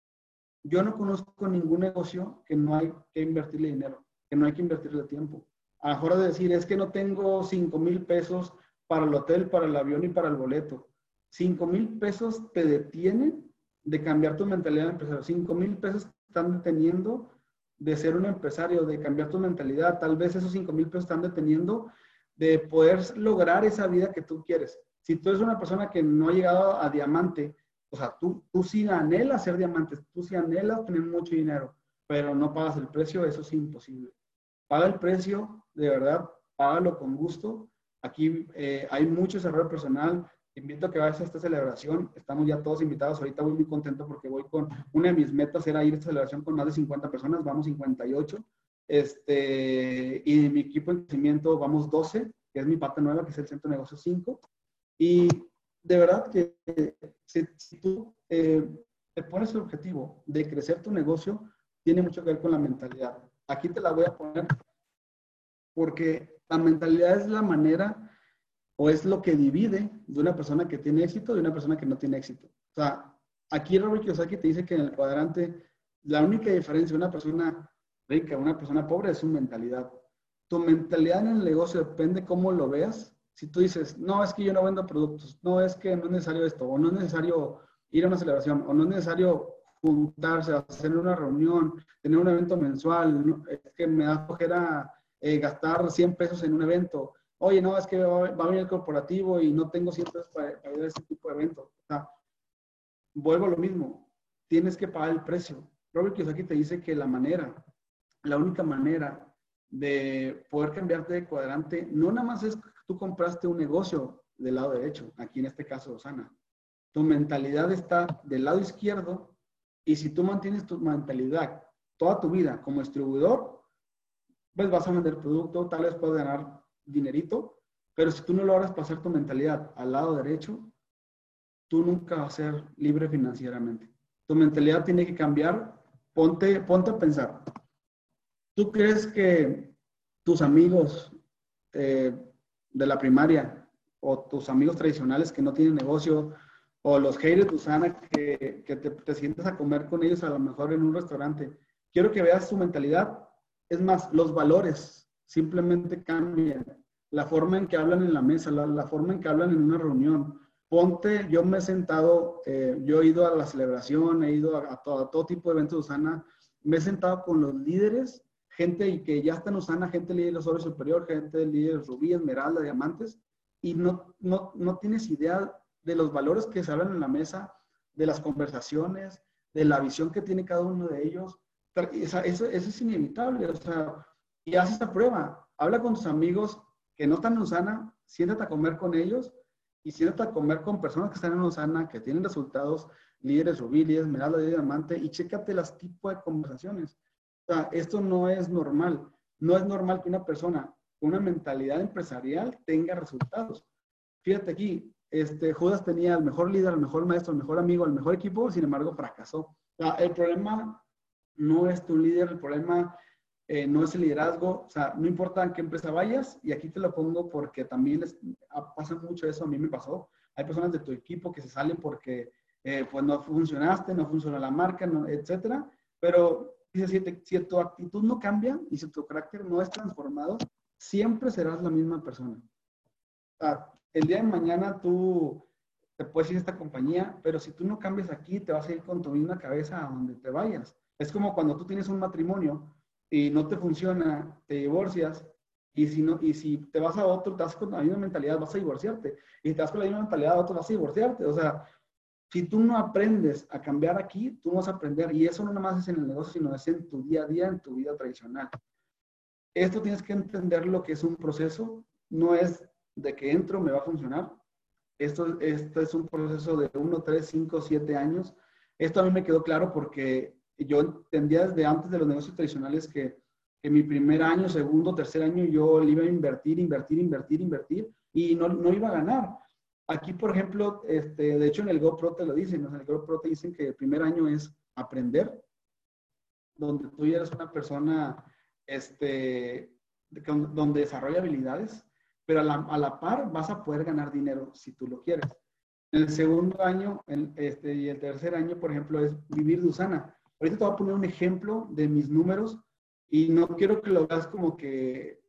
Yo no conozco ningún negocio que no hay que invertirle dinero, que no hay que invertirle tiempo. A lo mejor de decir, es que no tengo 5,000 pesos para el hotel, para el avión y para el boleto. 5,000 pesos te detienen de cambiar tu mentalidad de empresario. 5,000 pesos te están deteniendo de ser un empresario, de cambiar tu mentalidad. Tal vez esos 5,000 pesos están deteniendo de poder lograr esa vida que tú quieres. Si tú eres una persona que no ha llegado a diamante, o sea, tú sí anhelas ser diamante, tú sí anhelas tener mucho dinero, pero no pagas el precio, eso es imposible. Paga el precio, de verdad, págalo con gusto. Aquí hay mucho desarrollo personal. Te invito a que vayas a esta celebración. Estamos ya todos invitados. Ahorita voy muy contento porque voy con una de mis metas, era ir a esta celebración con más de 50 personas. Vamos 58. Y mi equipo de crecimiento vamos 12, que es mi parte nueva, que es el Centro de Negocios 5. Y de verdad que si tú te pones el objetivo de crecer tu negocio, tiene mucho que ver con la mentalidad. Aquí te la voy a poner porque la mentalidad es la manera o es lo que divide de una persona que tiene éxito de una persona que no tiene éxito. O sea, aquí Robert Kiyosaki te dice que en el cuadrante la única diferencia de una persona rica a una persona pobre es su mentalidad. Tu mentalidad en el negocio depende cómo lo veas. Si tú dices, no, es que yo no vendo productos, no, es que no es necesario esto, o no es necesario ir a una celebración, o no es necesario juntarse, hacer una reunión, tener un evento mensual, ¿no? Es que me da flojera gastar 100 pesos en un evento. Oye, no, es que va a venir el corporativo y no tengo 100 pesos para ir a ese tipo de eventos. O sea, vuelvo a lo mismo, tienes que pagar el precio. Robert Kiyosaki te dice que la única manera de poder cambiarte de cuadrante, no nada más es que tú compraste un negocio del lado derecho, aquí en este caso Osana. Tu mentalidad está del lado izquierdo y si tú mantienes tu mentalidad toda tu vida como distribuidor, pues vas a vender producto, tal vez puedes ganar dinerito, pero si tú no logras pasar tu mentalidad al lado derecho, tú nunca vas a ser libre financieramente. Tu mentalidad tiene que cambiar. Ponte a pensar. ¿Tú crees que tus amigos de la primaria o tus amigos tradicionales que no tienen negocio o los haters de Usana que te sientas a comer con ellos a lo mejor en un restaurante? Quiero que veas su mentalidad. Es más, los valores simplemente cambian. La forma en que hablan en la mesa, la forma en que hablan en una reunión. Ponte, yo me he sentado, yo he ido a la celebración, he ido a todo tipo de eventos de Usana, me he sentado con los líderes, gente que ya está en Usana, gente líder de oro superior, gente líder rubí, esmeralda, diamantes, y no tienes idea de los valores que se hablan en la mesa, de las conversaciones, de la visión que tiene cada uno de ellos. Eso es inevitable, o sea, y haz esta prueba, habla con tus amigos que no están en Usana, siéntate a comer con ellos y siéntate a comer con personas que están en Usana, que tienen resultados, líderes rubí, líderes esmeralda, líderes diamante, y chécate las tipos de conversaciones. O sea, esto no es normal. No es normal que una persona con una mentalidad empresarial tenga resultados. Fíjate aquí, Judas tenía el mejor líder, el mejor maestro, el mejor amigo, el mejor equipo, sin embargo fracasó. O sea, el problema no es tu líder, el problema no es el liderazgo, o sea, no importa en qué empresa vayas, y aquí te lo pongo porque también pasa mucho eso, a mí me pasó. Hay personas de tu equipo que se salen porque pues no funcionaste, no funciona la marca, no, etcétera, pero si tu actitud no cambia y si tu carácter no es transformado, siempre serás la misma persona. O sea, el día de mañana tú te puedes ir a esta compañía, pero si tú no cambias aquí, te vas a ir con tu misma cabeza a donde te vayas. Es como cuando tú tienes un matrimonio y no te funciona, te divorcias, y si te vas a otro, te vas con la misma mentalidad, vas a divorciarte. Y si te vas con la misma mentalidad a otro, vas a divorciarte. O sea, si tú no aprendes a cambiar aquí, tú no vas a aprender. Y eso no nada más es en el negocio, sino es en tu día a día, en tu vida tradicional. Esto tienes que entender lo que es un proceso. No es de que entro, me va a funcionar. Esto es un proceso de 1, 3, 5, 7 años. Esto a mí me quedó claro porque yo entendía desde antes de los negocios tradicionales que mi primer año, segundo, tercer año, yo le iba a invertir y no iba a ganar. Aquí, por ejemplo, de hecho en el GoPro te lo dicen, ¿no? En el GoPro te dicen que el primer año es aprender, donde tú ya eres una persona donde desarrolla habilidades, pero a la par vas a poder ganar dinero si tú lo quieres. En el segundo año y el tercer año, por ejemplo, es vivir de Usana. Ahorita te voy a poner un ejemplo de mis números y no quiero que lo veas como que,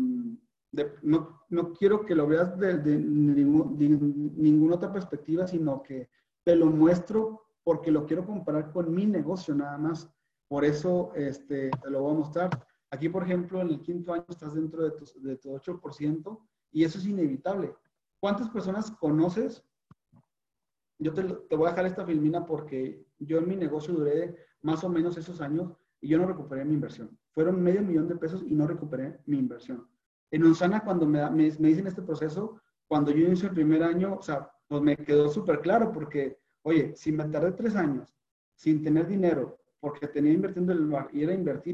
no quiero que lo veas de ninguna otra perspectiva, sino que te lo muestro porque lo quiero comparar con mi negocio nada más. Por eso te lo voy a mostrar. Aquí, por ejemplo, en el quinto año estás dentro de tu 8% y eso es inevitable. ¿Cuántas personas conoces? Yo te voy a dejar esta filmina porque yo en mi negocio duré más o menos esos años y yo no recuperé mi inversión. Fueron $500,000 y no recuperé mi inversión. En Usana, cuando me dicen este proceso, cuando yo inicio el primer año, o sea, pues me quedó súper claro porque, oye, si me tardé 3 años sin tener dinero, porque tenía invirtiendo en el bar y era invertir,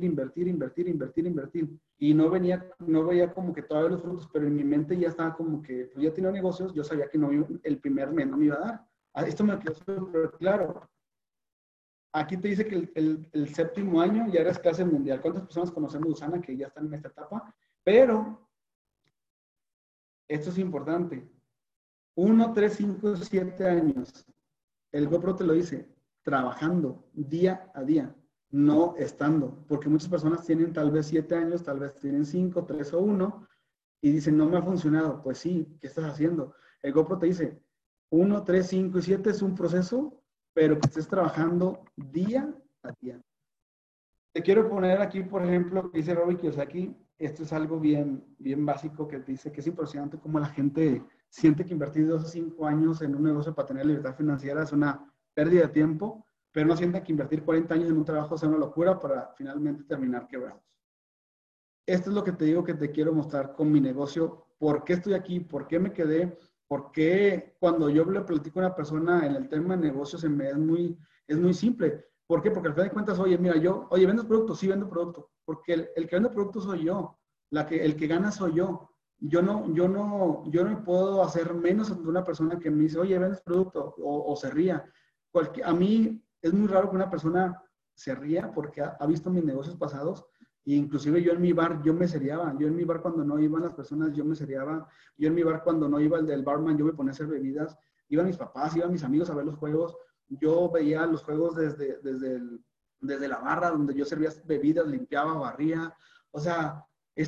y no veía como que todavía los frutos, pero en mi mente ya estaba como que, pues ya tenía negocios, yo sabía que el primer mes no me iba a dar. Esto me quedó súper claro. Aquí te dice que el séptimo año ya eres clase mundial. ¿Cuántas personas conocemos de Usana que ya están en esta etapa? Pero esto es importante. 1, 3, 5, 7 años. El GoPro te lo dice, trabajando día a día, no estando. Porque muchas personas tienen tal vez 7 años, tal vez tienen 5, 3 o 1 y dicen, no me ha funcionado. Pues sí, ¿qué estás haciendo? El GoPro te dice, 1, 3, 5 y 7 es un proceso, pero que estés trabajando día a día. Te quiero poner aquí, por ejemplo, que dice Robert Kiyosaki, esto es algo bien básico que dice que es impresionante cómo la gente siente que invertir 2 o 5 años en un negocio para tener libertad financiera es una pérdida de tiempo, pero no sienten que invertir 40 años en un trabajo sea una locura para finalmente terminar quebrados. Esto es lo que te digo que te quiero mostrar con mi negocio. ¿Por qué estoy aquí? ¿Por qué me quedé? ¿Por qué cuando yo le platico a una persona en el tema de negocios es muy simple? ¿Por qué? Porque al final de cuentas, oye, mira, oye, ¿vendes productos? Sí, vendo productos. Porque el que vende productos soy yo. El que gana soy yo. Yo no puedo hacer menos de una persona que me dice, oye, ¿vendes producto? O se ría. A mí es muy raro que una persona se ría porque ha visto mis negocios pasados. Y inclusive yo en mi bar, yo me seriaba. Yo en mi bar cuando no iban las personas, yo me seriaba. Yo en mi bar cuando no iba el del barman, yo me ponía a hacer bebidas. Iban mis papás, iban mis amigos a ver los juegos. Yo veía los juegos desde la barra donde yo servía bebidas, limpiaba, barría. O sea,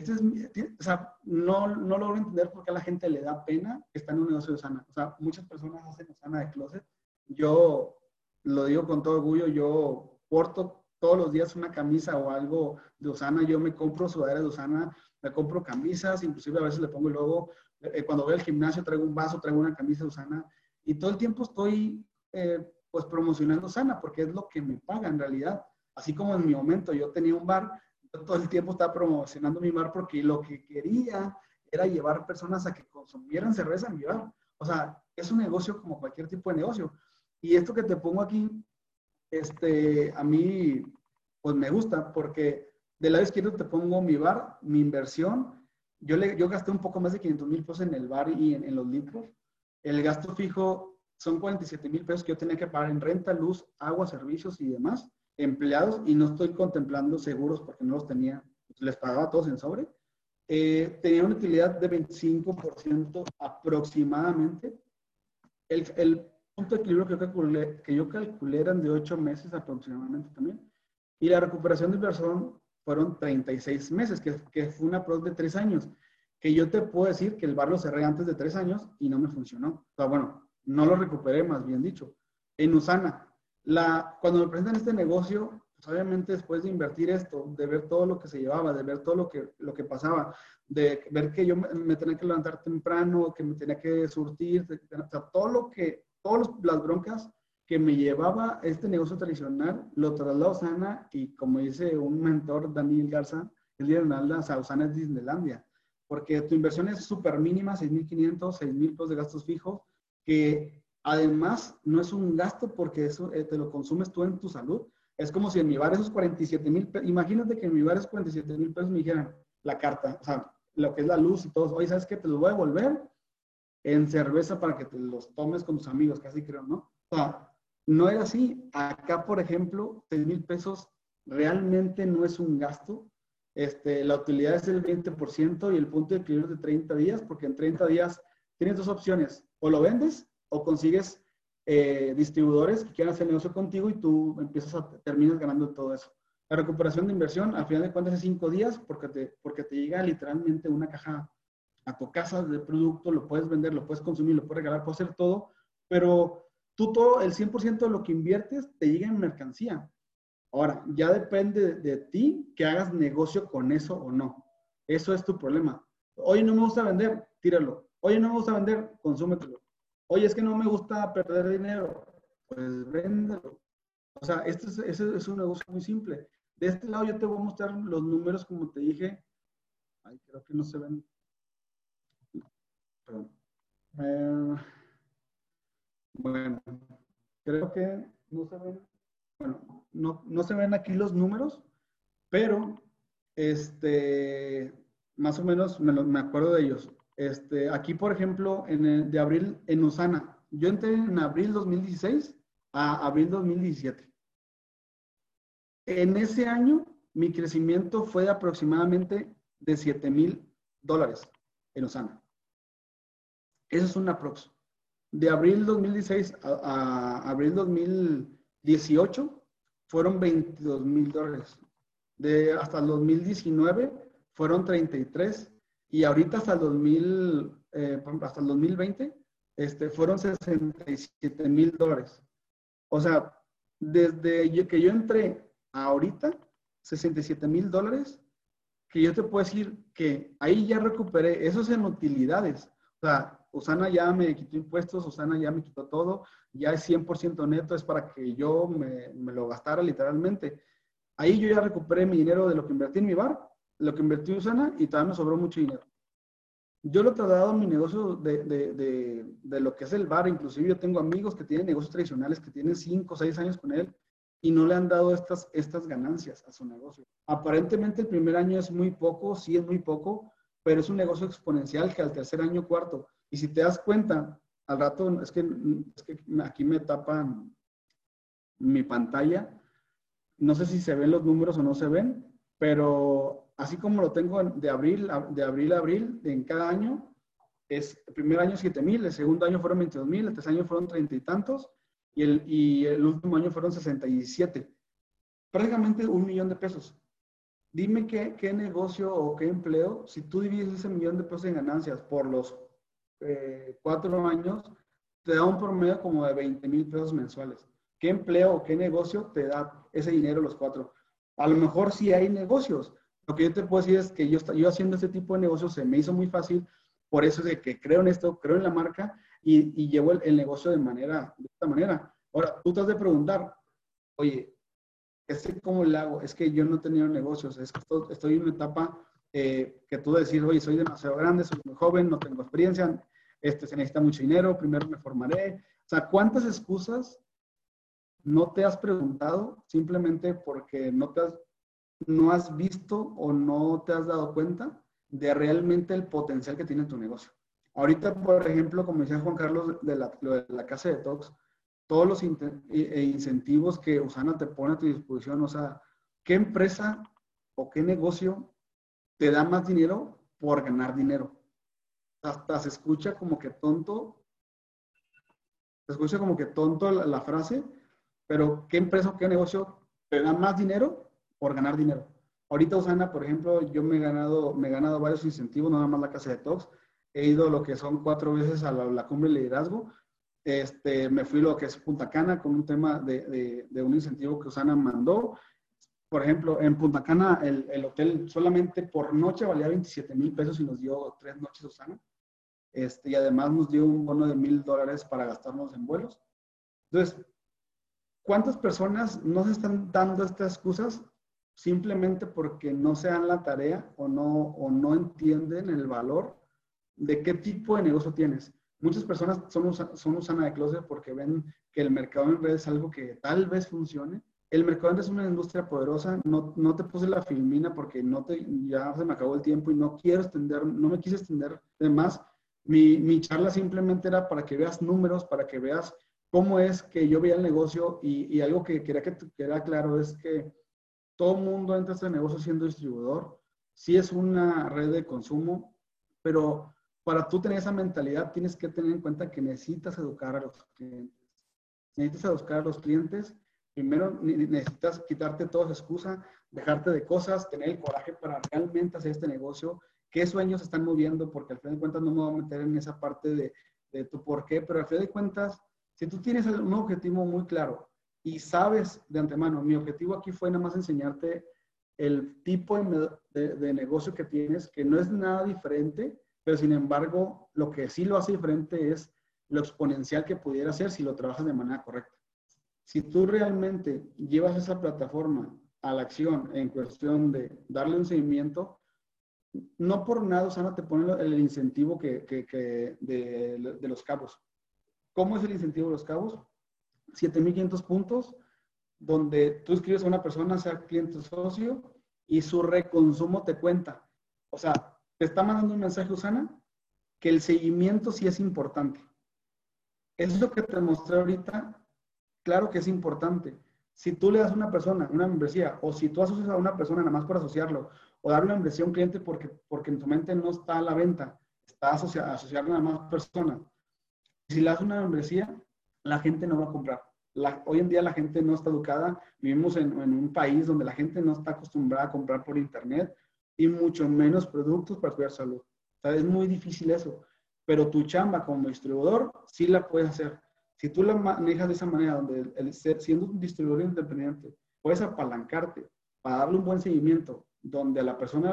no logro entender por qué a la gente le da pena que está en un negocio de Osana. O sea, muchas personas hacen Osana de closet. Yo lo digo con todo orgullo, yo porto todos los días una camisa o algo de Osana, yo me compro sudaderas de Osana, me compro camisas, inclusive a veces le pongo el logo. Cuando voy al gimnasio traigo un vaso, traigo una camisa de Osana y todo el tiempo estoy pues promocionando Osana porque es lo que me paga en realidad. Así como en mi momento yo tenía un bar, yo todo el tiempo estaba promocionando mi bar porque lo que quería era llevar personas a que consumieran cerveza en mi bar. O sea, es un negocio como cualquier tipo de negocio. Y esto que te pongo aquí, a mí, pues me gusta porque del lado izquierdo te pongo mi bar, mi inversión. Yo gasté un poco más de 500,000 pesos en el bar y en los litros. El gasto fijo son 47,000 pesos que yo tenía que pagar en renta, luz, agua, servicios y demás, empleados, y no estoy contemplando seguros porque no los tenía, les pagaba a todos en sobre. Tenía una utilidad de 25% aproximadamente. El punto de equilibrio que yo calculé eran de 8 meses aproximadamente también. Y la recuperación de inversión fueron 36 meses, que fue una pro de 3 años. Que yo te puedo decir que el bar lo cerré antes de 3 años y no me funcionó. O sea, bueno, no lo recuperé, más bien dicho. En Usana, cuando me presentan este negocio, pues obviamente después de invertir esto, de ver todo lo que se llevaba, de ver todo lo que pasaba, de ver que yo me tenía que levantar temprano, que me tenía que surtir, o sea, todas las broncas que me llevaba este negocio tradicional, lo traslado a Osana y como dice un mentor, Daniel Garza, el líder de Nalda, o sea, Osana es Disneylandia, porque tu inversión es súper mínima, 6,500, 6,000 pesos de gastos fijos, que además no es un gasto porque eso te lo consumes tú en tu salud. Es como si en mi bar esos 47,000 pesos, imagínate que en mi bar esos 47,000 pesos me dijeran la carta, o sea, lo que es la luz y todo, oye, ¿sabes qué? Te los voy a devolver en cerveza para que te los tomes con tus amigos, casi creo, ¿no? O sea, no era así. Acá, por ejemplo, 6,000 pesos realmente no es un gasto. La utilidad es el 20% y el punto de equilibrio es de 30 días, porque en 30 días tienes dos opciones, o lo vendes o consigues distribuidores que quieran hacer negocio contigo y tú terminas ganando todo eso. La recuperación de inversión, al final de cuentas, es 5 días porque te llega literalmente una caja a tu casa de producto, lo puedes vender, lo puedes consumir, lo puedes regalar, puedes hacer todo, pero tú todo, el 100% de lo que inviertes te llega en mercancía. Ahora, ya depende de ti que hagas negocio con eso o no. Eso es tu problema. Oye, no me gusta vender, tíralo. Oye, no me gusta vender, consúmetelo. Oye, es que no me gusta perder dinero, pues véndelo. O sea, es un negocio muy simple. De este lado yo te voy a mostrar los números como te dije. Ay, creo que no se ven. Perdón. Bueno, creo que no se ven, bueno, no se ven aquí los números, pero más o menos me acuerdo de ellos. Aquí, por ejemplo, de abril en Usana, yo entré en abril 2016 a abril 2017. En ese año, mi crecimiento fue de aproximadamente de $7,000 en Usana. Eso es un aprox. De abril 2016 a abril 2018 fueron $22,000. Hasta el 2019 fueron 33 y ahorita hasta hasta el 2020 fueron $67,000. O sea, desde que yo entré a ahorita, $67,000 que yo te puedo decir que ahí ya recuperé, eso es en utilidades. O sea, Usana ya me quitó impuestos, Usana ya me quitó todo, ya es 100% neto, es para que yo me lo gastara literalmente. Ahí yo ya recuperé mi dinero de lo que invertí en mi bar, lo que invertí en Usana y todavía me sobró mucho dinero. Yo lo he trasladado a mi negocio de lo que es el bar, inclusive yo tengo amigos que tienen negocios tradicionales que tienen 5 o 6 años con él y no le han dado estas ganancias a su negocio. Aparentemente el primer año es muy poco, sí es muy poco, pero es un negocio exponencial que al tercer año, cuarto. Y si te das cuenta, al rato, es que aquí me tapan mi pantalla, no sé si se ven los números o no se ven, pero así como lo tengo de abril a abril en cada año, es el primer año 7,000, el segundo año fueron 22,000, el tercer año fueron 30 y tantos, y el último año fueron 67. Prácticamente 1,000,000 de pesos. Dime qué negocio o qué empleo, si tú divides ese 1,000,000 de pesos en ganancias por los 4 años, te da un promedio como de 20,000 pesos mensuales. ¿Qué empleo o qué negocio te da ese dinero los 4? A lo mejor sí hay negocios. Lo que yo te puedo decir es que yo haciendo este tipo de negocios se me hizo muy fácil, por eso es de que creo en esto, creo en la marca y llevo el negocio de esta manera. Ahora, tú te has de preguntar, oye, ¿cómo le hago? Es que yo no he tenido negocios, es que estoy en una etapa que tú decir, oye, soy demasiado grande, soy muy joven, no tengo experiencia, se necesita mucho dinero, primero me formaré. O sea, ¿cuántas excusas no te has preguntado simplemente porque no has visto o no te has dado cuenta de realmente el potencial que tiene tu negocio? Ahorita, por ejemplo, como decía Juan Carlos, lo de la casa de Tox, todos los incentivos que Usana te pone a tu disposición, o sea, ¿qué empresa o qué negocio te da más dinero por ganar dinero? Hasta se escucha como que tonto, la frase, pero ¿qué empresa o qué negocio te da más dinero por ganar dinero? Ahorita Usana, por ejemplo, yo me he ganado varios incentivos, no nada más la casa de Tox. He ido lo que son 4 veces a la cumbre de liderazgo. Me fui lo que es Punta Cana con un tema de un incentivo que Usana mandó. Por ejemplo, en Punta Cana el hotel solamente por noche valía 27,000 pesos y nos dio 3 noches Usana. Y además nos dio un bono de $1,000 para gastarnos en vuelos. Entonces, ¿cuántas personas no se están dando estas excusas simplemente porque no se dan la tarea o no entienden el valor de qué tipo de negocio tienes? Muchas personas son Usana de closet porque ven que el mercado en redes es algo que tal vez funcione. El mercado en redes es una industria poderosa. No te puse la filmina porque ya se me acabó el tiempo y no me quise extender de más. Mi charla simplemente era para que veas números, para que veas cómo es que yo veía el negocio y algo que quería que quedara claro es que todo el mundo entra a este negocio siendo distribuidor. Sí es una red de consumo, pero para tú tener esa mentalidad tienes que tener en cuenta que necesitas educar a los clientes. Necesitas educar a los clientes. Primero necesitas quitarte toda esa excusa, dejarte de cosas, tener el coraje para realmente hacer este negocio. ¿Qué sueños están moviendo? Porque al final de cuentas no me voy a meter en esa parte de tu por qué, pero al final de cuentas, si tú tienes un objetivo muy claro y sabes de antemano, mi objetivo aquí fue nada más enseñarte el tipo de negocio que tienes, que no es nada diferente, pero sin embargo, lo que sí lo hace diferente es lo exponencial que pudiera ser si lo trabajas de manera correcta. Si tú realmente llevas esa plataforma a la acción en cuestión de darle un seguimiento, no por nada Usana te pone el incentivo de los cabos. ¿Cómo es el incentivo de los cabos? 7,500 puntos, donde tú escribes a una persona, sea cliente o socio, y su reconsumo te cuenta. O sea, te está mandando un mensaje, Usana, que el seguimiento sí es importante. Es lo que te mostré ahorita, claro que es importante. Si tú le das a una persona una membresía, o si tú asocias a una persona nada más por asociarlo, o darle una membresía a un cliente porque en tu mente no está a la venta, está asociar nada más personas. Si le das una membresía, la gente no va a comprar. Hoy en día la gente no está educada. Vivimos en un país donde la gente no está acostumbrada a comprar por internet y mucho menos productos para cuidar salud. O sea, es muy difícil eso. Pero tu chamba como distribuidor sí la puedes hacer. Si tú la manejas de esa manera, donde siendo un distribuidor independiente, puedes apalancarte para darle un buen seguimiento, donde a la persona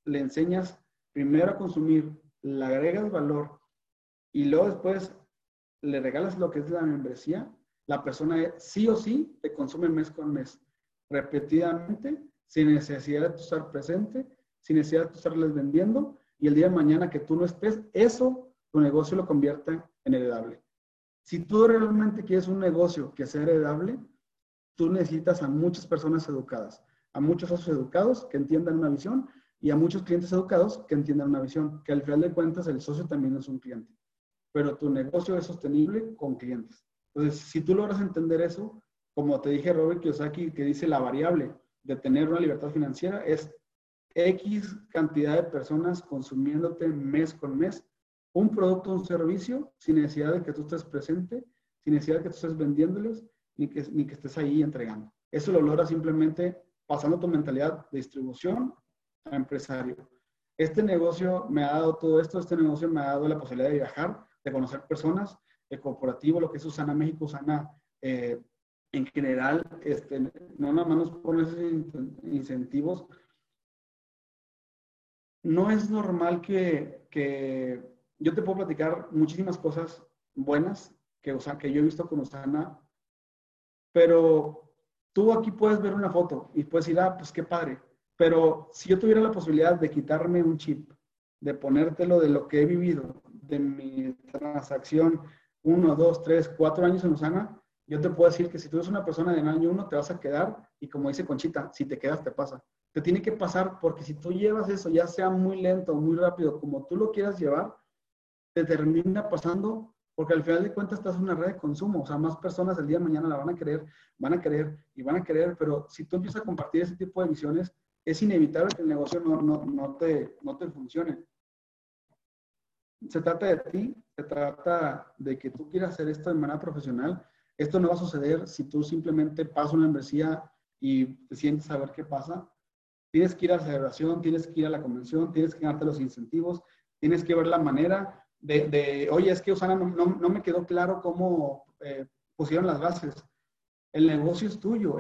le enseñas primero a consumir, le agregas valor y luego después le regalas lo que es la membresía, la persona sí o sí te consume mes con mes, repetidamente, sin necesidad de tú estar presente, sin necesidad de tú estarles vendiendo, y el día de mañana que tú no estés, eso tu negocio lo convierta en heredable. Si tú realmente quieres un negocio que sea heredable, tú necesitas a muchas personas educadas, a muchos socios educados que entiendan una visión y a muchos clientes educados que entiendan una visión, que al final de cuentas el socio también es un cliente, pero tu negocio es sostenible con clientes. Entonces, si tú logras entender eso, como te dije Robert Kiyosaki, que dice la variable de tener una libertad financiera es X cantidad de personas consumiéndote mes con mes un producto o un servicio sin necesidad de que tú estés presente, sin necesidad de que tú estés vendiéndoles, ni que estés ahí entregando. Eso lo logras simplemente pasando tu mentalidad de distribución a empresario. Este negocio me ha dado todo esto, este negocio me ha dado la posibilidad de viajar, de conocer personas, el corporativo, lo que es Usana México, Usana en general, no nada más nos pone esos incentivos. No es normal que yo te puedo platicar muchísimas cosas buenas que yo he visto con Usana, pero tú aquí puedes ver una foto y puedes decir, pues qué padre. Pero si yo tuviera la posibilidad de quitarme un chip, de ponértelo de lo que he vivido, de mi transacción 1, 2, 3, 4 años en Usana, yo te puedo decir que si tú eres una persona de año 1, te vas a quedar y como dice Conchita, si te quedas te pasa. Te tiene que pasar porque si tú llevas eso, ya sea muy lento o muy rápido, como tú lo quieras llevar, te termina pasando porque al final de cuentas estás en una red de consumo. O sea, más personas el día de mañana la van a querer y van a querer, pero si tú empiezas a compartir ese tipo de visiones, es inevitable que el negocio no te funcione. Se trata de ti, se trata de que tú quieras hacer esto de manera profesional. Esto no va a suceder si tú simplemente pasas una membresía y te sientes a ver qué pasa. Tienes que ir a la celebración, tienes que ir a la convención, tienes que darte los incentivos, tienes que ver la manera oye, es que Usana no me quedó claro cómo pusieron las bases. El negocio es tuyo,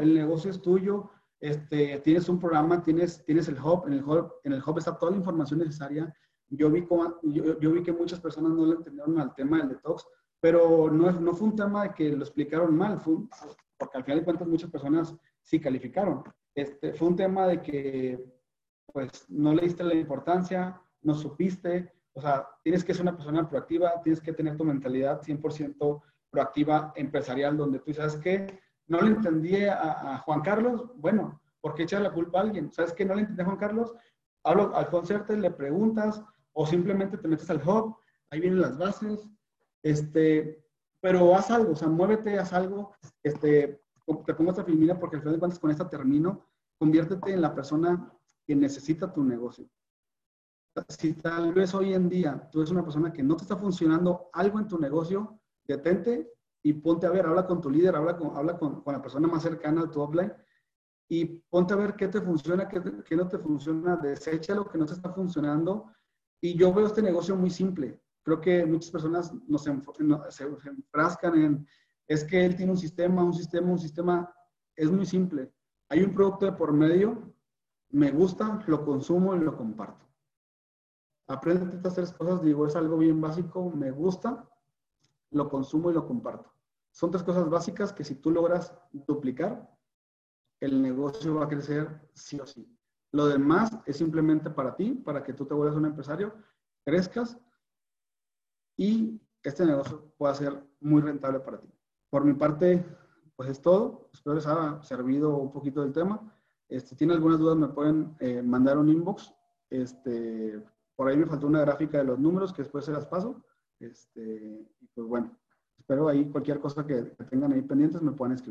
tienes un programa, tienes el hub, en el hub está toda la información necesaria. Yo vi que muchas personas no le entendieron al tema del detox, pero no fue un tema de que lo explicaron mal, porque al final de cuentas muchas personas sí calificaron. Fue un tema de que pues no le diste la importancia, no supiste, o sea, tienes que ser una persona proactiva, tienes que tener tu mentalidad 100% proactiva empresarial, donde tú sabes que no le entendí a Juan Carlos, bueno, ¿por qué echar la culpa a alguien? ¿Sabes que no le entendí a Juan Carlos? Hablo al concierto, le preguntas o simplemente te metes al hub, ahí vienen las bases, pero haz algo, o sea, muévete, haz algo, te pongo esta filmina porque al final de cuentas con esta termino, conviértete en la persona que necesita tu negocio. Si tal vez hoy en día tú eres una persona que no te está funcionando algo en tu negocio, detente y ponte a ver, habla con tu líder, habla con la persona más cercana a tu upline y ponte a ver qué te funciona, qué no te funciona, desecha lo que no te está funcionando. Y yo veo este negocio muy simple. Creo que muchas personas se enfrascan en, es que él tiene un sistema, es muy simple. Hay un producto de por medio, me gusta, lo consumo y lo comparto. Aprende estas 3 cosas, digo, es algo bien básico, me gusta, lo consumo y lo comparto. Son 3 cosas básicas que si tú logras duplicar, el negocio va a crecer sí o sí. Lo demás es simplemente para ti, para que tú te vuelvas un empresario, crezcas y este negocio pueda ser muy rentable para ti. Por mi parte, pues es todo. Espero les haya servido un poquito del tema. Si tienen algunas dudas, me pueden mandar un inbox. Por ahí me faltó una gráfica de los números que después se las paso. Y pues bueno, espero ahí cualquier cosa que tengan ahí pendientes me puedan escribir.